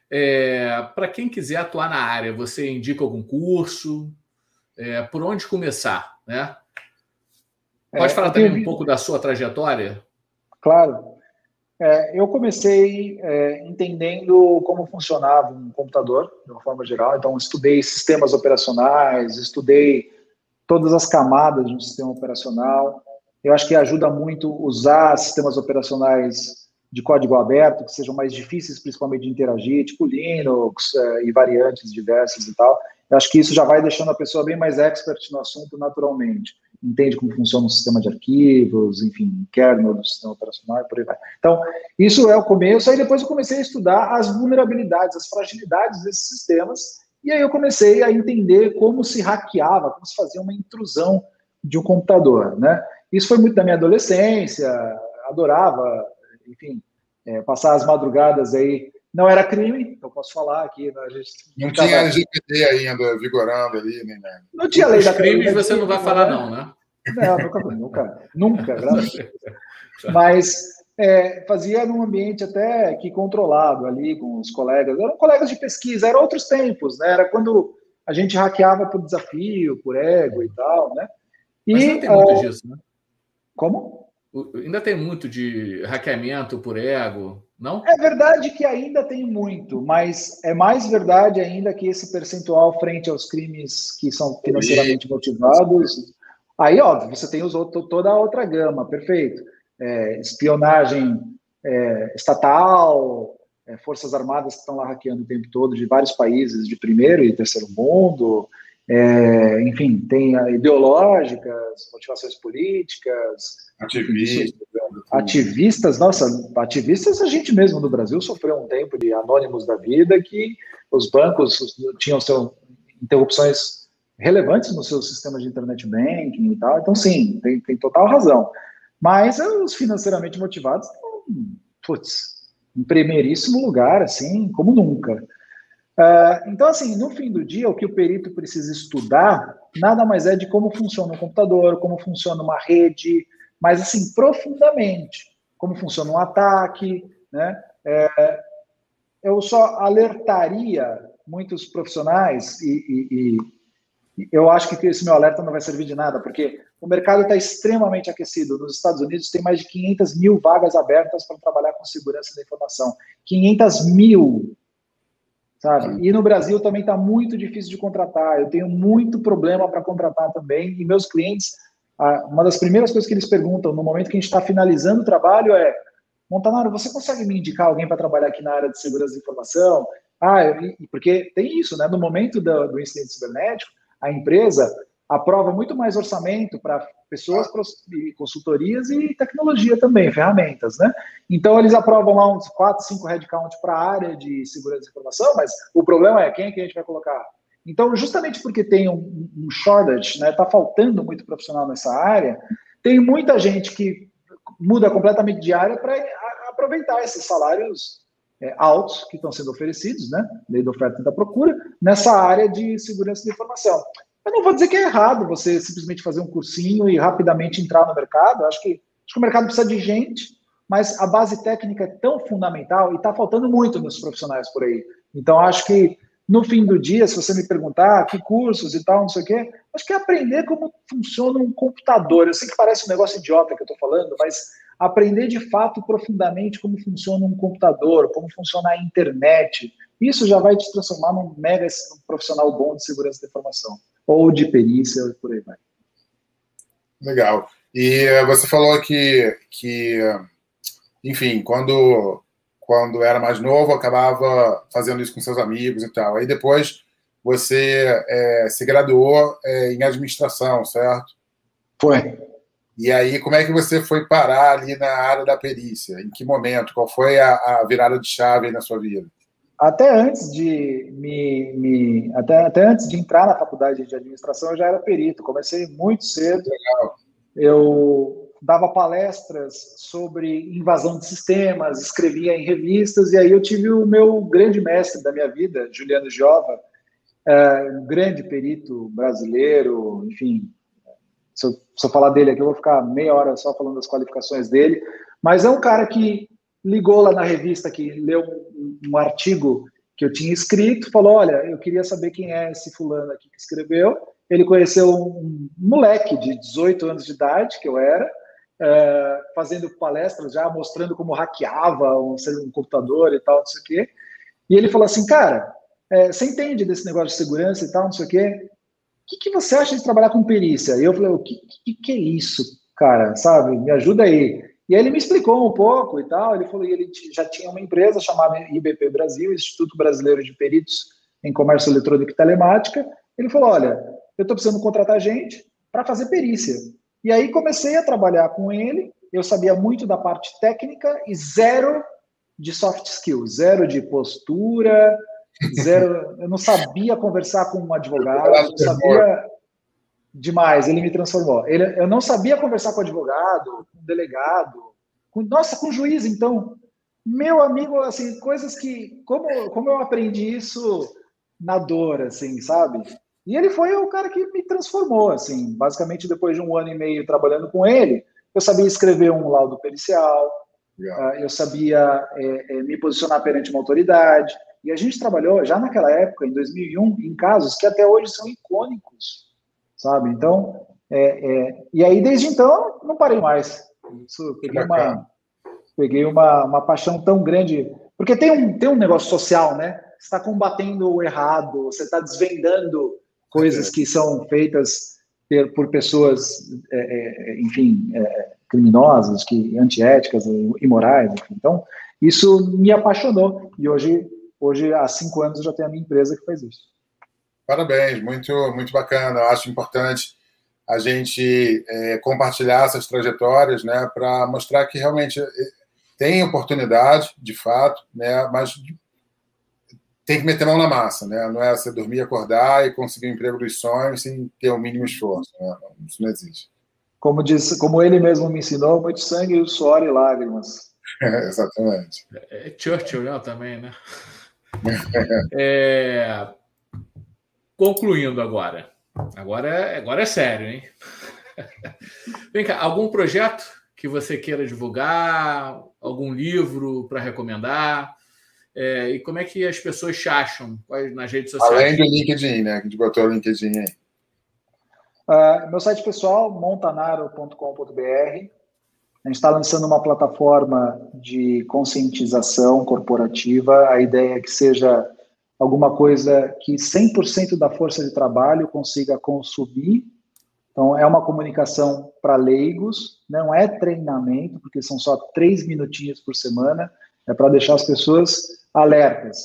Speaker 2: É, para quem quiser atuar na área, você indica algum curso? É, por onde começar, né? Pode é, falar também tenho... um pouco da sua trajetória?
Speaker 3: Claro. É, eu comecei é, entendendo como funcionava um computador, de uma forma geral. Então, estudei sistemas operacionais, estudei todas as camadas de um sistema operacional. Eu acho que ajuda muito usar sistemas operacionais de código aberto, que sejam mais difíceis, principalmente de interagir, tipo Linux é, e variantes diversas e tal. Eu acho que isso já vai deixando a pessoa bem mais expert no assunto naturalmente. Entende como funciona o sistema de arquivos, enfim, kernel do sistema operacional e por aí vai. Então, isso é o começo. Aí depois eu comecei a estudar as vulnerabilidades, as fragilidades desses sistemas. E aí eu comecei a entender como se hackeava, como se fazia uma intrusão de um computador, né? Isso foi muito da minha adolescência, adorava, enfim, é, passar as madrugadas aí. Não era crime, eu posso falar aqui. Né? A gente
Speaker 1: não tinha L G P D ainda vigorando ali, nem nada.
Speaker 3: Não tinha lei
Speaker 2: Os
Speaker 3: da
Speaker 2: crimes você não vai né? falar, não, né?
Speaker 3: Não, nunca, nunca, nunca, graças a Deus. Mas é, fazia num ambiente até que controlado ali com os colegas. Eram colegas de pesquisa, eram outros tempos, né? Era quando a gente hackeava por desafio, por ego e tal, né? E,
Speaker 2: Mas não tem muito uh, disso, né?
Speaker 3: Como?
Speaker 2: Ainda tem muito de hackeamento por ego, não?
Speaker 3: É verdade que ainda tem muito, mas é mais verdade ainda que esse percentual frente aos crimes que são financeiramente motivados. Aí, óbvio, você tem os outros, toda a outra gama, perfeito. É, espionagem é, estatal, é, forças armadas que estão lá hackeando o tempo todo de vários países de primeiro e terceiro mundo. É, enfim, tem ideológicas, motivações políticas,
Speaker 1: ativistas,
Speaker 3: ativistas, nossa, ativistas a gente mesmo no Brasil sofreu um tempo de anônimos da vida que os bancos tinham seu, interrupções relevantes no seu sistema de internet banking e tal, então sim, tem, tem total razão, mas os financeiramente motivados estão, putz, em primeiríssimo lugar, assim, como nunca. Uh, então, assim, no fim do dia, o que o perito precisa estudar nada mais é de como funciona um computador, como funciona uma rede, mas, assim, profundamente, como funciona um ataque, né? É, eu só alertaria muitos profissionais e, e, e eu acho que esse meu alerta não vai servir de nada, porque o mercado está extremamente aquecido. Nos Estados Unidos tem mais de quinhentas mil vagas abertas para trabalhar com segurança da informação. quinhentas mil! Sabe? E no Brasil também está muito difícil de contratar. Eu tenho muito problema para contratar também. E meus clientes, uma das primeiras coisas que eles perguntam no momento que a gente está finalizando o trabalho é: Montanaro, você consegue me indicar alguém para trabalhar aqui na área de segurança da informação? Ah, e, porque tem isso, né? No momento do, do incidente cibernético, a empresa aprova muito mais orçamento para pessoas, e consultorias e tecnologia também, ferramentas, né? Então, eles aprovam lá uns quatro, cinco headcount para a área de segurança de informação, mas o problema é quem é que a gente vai colocar? Então, justamente porque tem um, um shortage, né? Está faltando muito profissional nessa área, tem muita gente que muda completamente de área para aproveitar esses salários é, altos que estão sendo oferecidos, né? Lei da oferta e da procura, nessa área de segurança de informação. Eu não vou dizer que é errado você simplesmente fazer um cursinho e rapidamente entrar no mercado. Acho que, acho que o mercado precisa de gente, mas a base técnica é tão fundamental e está faltando muito nos profissionais por aí. Então, acho que no fim do dia, se você me perguntar que cursos e tal, não sei o quê, acho que é aprender como funciona um computador. Eu sei que parece um negócio idiota que eu estou falando, mas aprender de fato profundamente como funciona um computador, como funciona a internet, isso já vai te transformar num mega profissional bom de segurança da informação. Ou de perícia, por aí vai.
Speaker 1: Legal. E você falou que, que enfim, quando, quando era mais novo, acabava fazendo isso com seus amigos e tal. Aí depois você é, se graduou é, em administração, certo?
Speaker 3: Foi.
Speaker 1: E aí, como é que você foi parar ali na área da perícia? Em que momento? Qual foi a, a virada de chave aí na sua vida?
Speaker 3: Até antes de me, me até, até antes de entrar na faculdade de administração, eu já era perito. Comecei muito cedo.
Speaker 1: Legal.
Speaker 3: Eu dava palestras sobre invasão de sistemas, escrevia em revistas, e aí eu tive o meu grande mestre da minha vida, Juliano Giova, é, um grande perito brasileiro, enfim. Se eu, se eu falar dele aqui, eu vou ficar meia hora só falando das qualificações dele, mas é um cara que ligou lá na revista, que leu um, um artigo que eu tinha escrito, falou, olha, eu queria saber quem é esse fulano aqui que escreveu. Ele conheceu um moleque de dezoito anos de idade, que eu era, é, fazendo palestras já, mostrando como hackeava um, um computador e tal, não sei o quê. E ele falou assim, cara, é, você entende desse negócio de segurança e tal, não sei o quê? O que, que você acha de trabalhar com perícia? E eu falei, o que, que, que é isso, cara? Sabe? Me ajuda aí. E aí ele me explicou um pouco e tal. Ele falou que ele já tinha uma empresa chamada I B P Brasil, Instituto Brasileiro de Peritos em Comércio Eletrônico e Telemática. Ele falou, olha, eu estou precisando contratar gente para fazer perícia. E aí comecei a trabalhar com ele. Eu sabia muito da parte técnica e zero de soft skills, zero de postura, zero. Eu não sabia conversar com um advogado, eu não sabia demais. Ele me transformou. Ele, eu não sabia conversar com advogado, com delegado, com, nossa, com juiz. Então, meu amigo, assim, coisas que como como eu aprendi isso na dor, assim, sabe? E ele foi o cara que me transformou, assim, basicamente depois de um ano e meio trabalhando com ele, eu sabia escrever um laudo pericial, uh, eu sabia é, é, me posicionar perante uma autoridade, e a gente trabalhou já naquela época, em dois mil e um, em casos que até hoje são icônicos, sabe? Então, é, é, e aí desde então, não parei mais. Isso, peguei uma, peguei uma, uma paixão tão grande, porque tem um, tem um negócio social, né? Você está combatendo o errado, você está desvendando coisas que são feitas por pessoas, é, é, enfim, é, criminosas, que, antiéticas, imorais, enfim. Então, isso me apaixonou. E hoje, hoje, há cinco anos, eu já tenho a minha empresa que faz isso.
Speaker 1: Parabéns, muito, muito bacana. Eu acho importante a gente é, compartilhar essas trajetórias, né, para mostrar que realmente tem oportunidade, de fato, né, mas tem que meter a mão na massa, né? Não é você dormir, acordar e conseguir um emprego dos sonhos sem ter o mínimo esforço, né? Isso não existe.
Speaker 3: Como, diz, como ele mesmo me ensinou, muito sangue, suor e lágrimas.
Speaker 1: É, exatamente.
Speaker 2: É Churchill, né, também, né? É... Concluindo agora. Agora, agora é sério, hein? Vem cá, algum projeto que você queira divulgar? Algum livro para recomendar? É, e como é que as pessoas te acham nas redes sociais?
Speaker 1: Além do LinkedIn, né? Que a gente botou o LinkedIn aí.
Speaker 3: Uh, meu site pessoal, montanaro ponto com ponto b r. A gente está lançando uma plataforma de conscientização corporativa. A ideia é que seja alguma coisa que cem por cento da força de trabalho consiga consumir. Então, é uma comunicação para leigos, não é treinamento, porque são só três minutinhos por semana. É para deixar as pessoas alertas.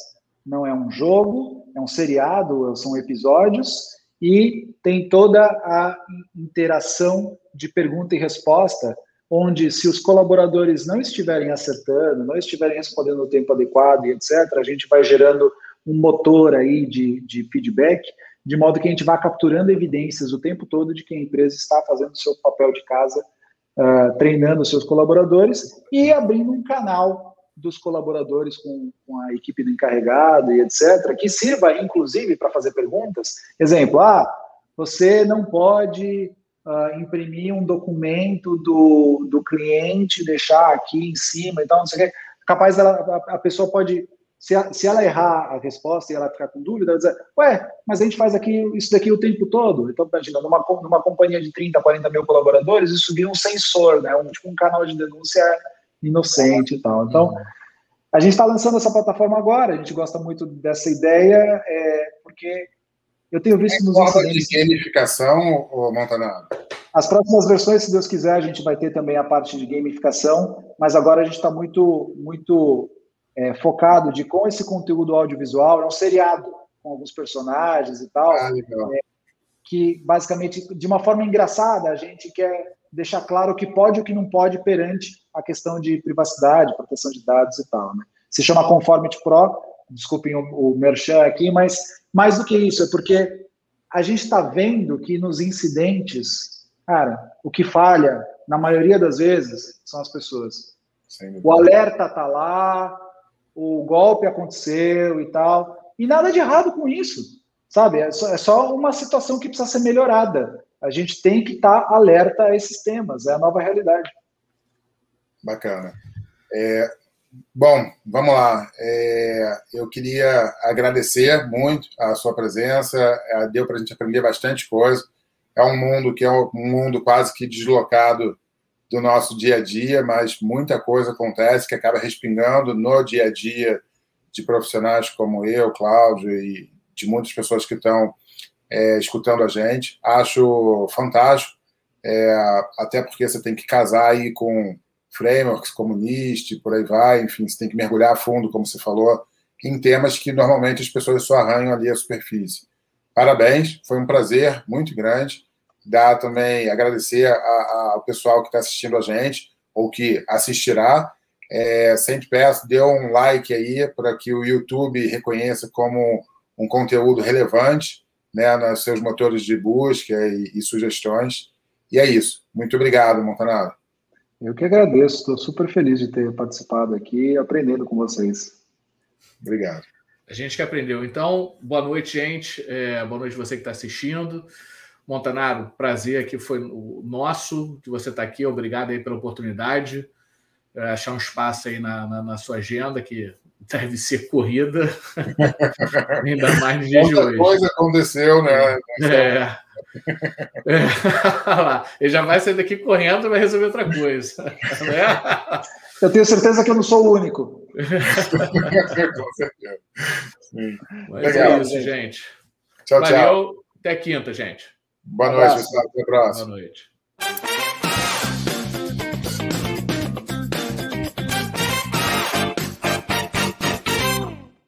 Speaker 3: não é um jogo, é um seriado, são episódios, e tem toda a interação de pergunta e resposta, onde se os colaboradores não estiverem acertando, não estiverem respondendo no tempo adequado e etcétera, a gente vai gerando um motor aí de, de feedback, de modo que a gente vá capturando evidências o tempo todo de que a empresa está fazendo o seu papel de casa, uh, treinando os seus colaboradores e abrindo um canal dos colaboradores com, com a equipe do encarregado e etcétera, que sirva, inclusive, para fazer perguntas. Exemplo, ah, você não pode uh, imprimir um documento do, do cliente, deixar aqui em cima e tal, não sei o que. Capaz, dela, a, a pessoa pode... Se, a, se ela errar a resposta e ela ficar com dúvida, ela dizer, ué, mas a gente faz aqui isso daqui o tempo todo. Então, imagina, numa, numa companhia de trinta, quarenta mil colaboradores, isso vira um sensor, né? um, tipo um canal de denúncia inocente e tal. Então, a gente está lançando essa plataforma agora, a gente gosta muito dessa ideia, é, porque eu tenho visto nos incidentes...
Speaker 1: de gamificação, ou Montanaro?
Speaker 3: As próximas versões, se Deus quiser, a gente vai ter também a parte de gamificação, mas agora a gente está muito... muito É, focado de com esse conteúdo audiovisual, é um seriado com alguns personagens e tal,
Speaker 1: ah,
Speaker 3: é, que basicamente, de uma forma engraçada, a gente quer deixar claro o que pode e o que não pode perante a questão de privacidade, proteção de dados e tal. Né? Se chama Conformity Pro, desculpem o, o merchan aqui, mas mais do que isso, é porque a gente está vendo que nos incidentes, cara, o que falha, na maioria das vezes, são as pessoas. O alerta está lá, o golpe aconteceu e tal, e nada de errado com isso, sabe? É só, é só uma situação que precisa ser melhorada. A gente tem que estar alerta a esses temas, é a nova realidade.
Speaker 1: Bacana. É, bom, vamos lá. É, eu queria agradecer muito a sua presença, é, deu para a gente aprender bastante coisa. É um mundo que é um mundo quase que deslocado do nosso dia a dia, mas muita coisa acontece que acaba respingando no dia a dia de profissionais como eu, Cláudio, e de muitas pessoas que estão é, escutando a gente. Acho fantástico, é, até porque você tem que casar aí com frameworks como NIST, por aí vai, enfim, você tem que mergulhar a fundo, como você falou, em temas que normalmente as pessoas só arranham ali a superfície. Parabéns, foi um prazer muito grande. Dar também, agradecer a, a, ao pessoal que está assistindo a gente, ou que assistirá. É, sempre peço, dê um like aí, para que o YouTube reconheça como um conteúdo relevante, né, nos seus motores de busca e, e sugestões. E é isso. Muito obrigado, Montanaro.
Speaker 3: Eu que agradeço, estou super feliz de ter participado aqui e aprendendo com vocês.
Speaker 1: Obrigado.
Speaker 2: A gente que aprendeu. Então, boa noite, gente. É, boa noite você que está assistindo. Montanaro, prazer aqui foi o nosso, que você está aqui, obrigado aí pela oportunidade, é, achar um espaço aí na, na, na sua agenda, que deve ser corrida, ainda mais no dia de hoje.
Speaker 1: Muita coisa aconteceu, né?
Speaker 2: É. É. Lá. Ele já vai sair daqui correndo e vai resolver outra coisa. Né?
Speaker 3: Eu tenho certeza que eu não sou o único.
Speaker 1: Com certeza. Sim.
Speaker 2: Mas legal, é isso, gente.
Speaker 1: Tchau,
Speaker 2: Valeu.
Speaker 1: Tchau.
Speaker 2: Até quinta, gente.
Speaker 1: Boa noite, pessoal. Até a próxima.
Speaker 2: Boa noite.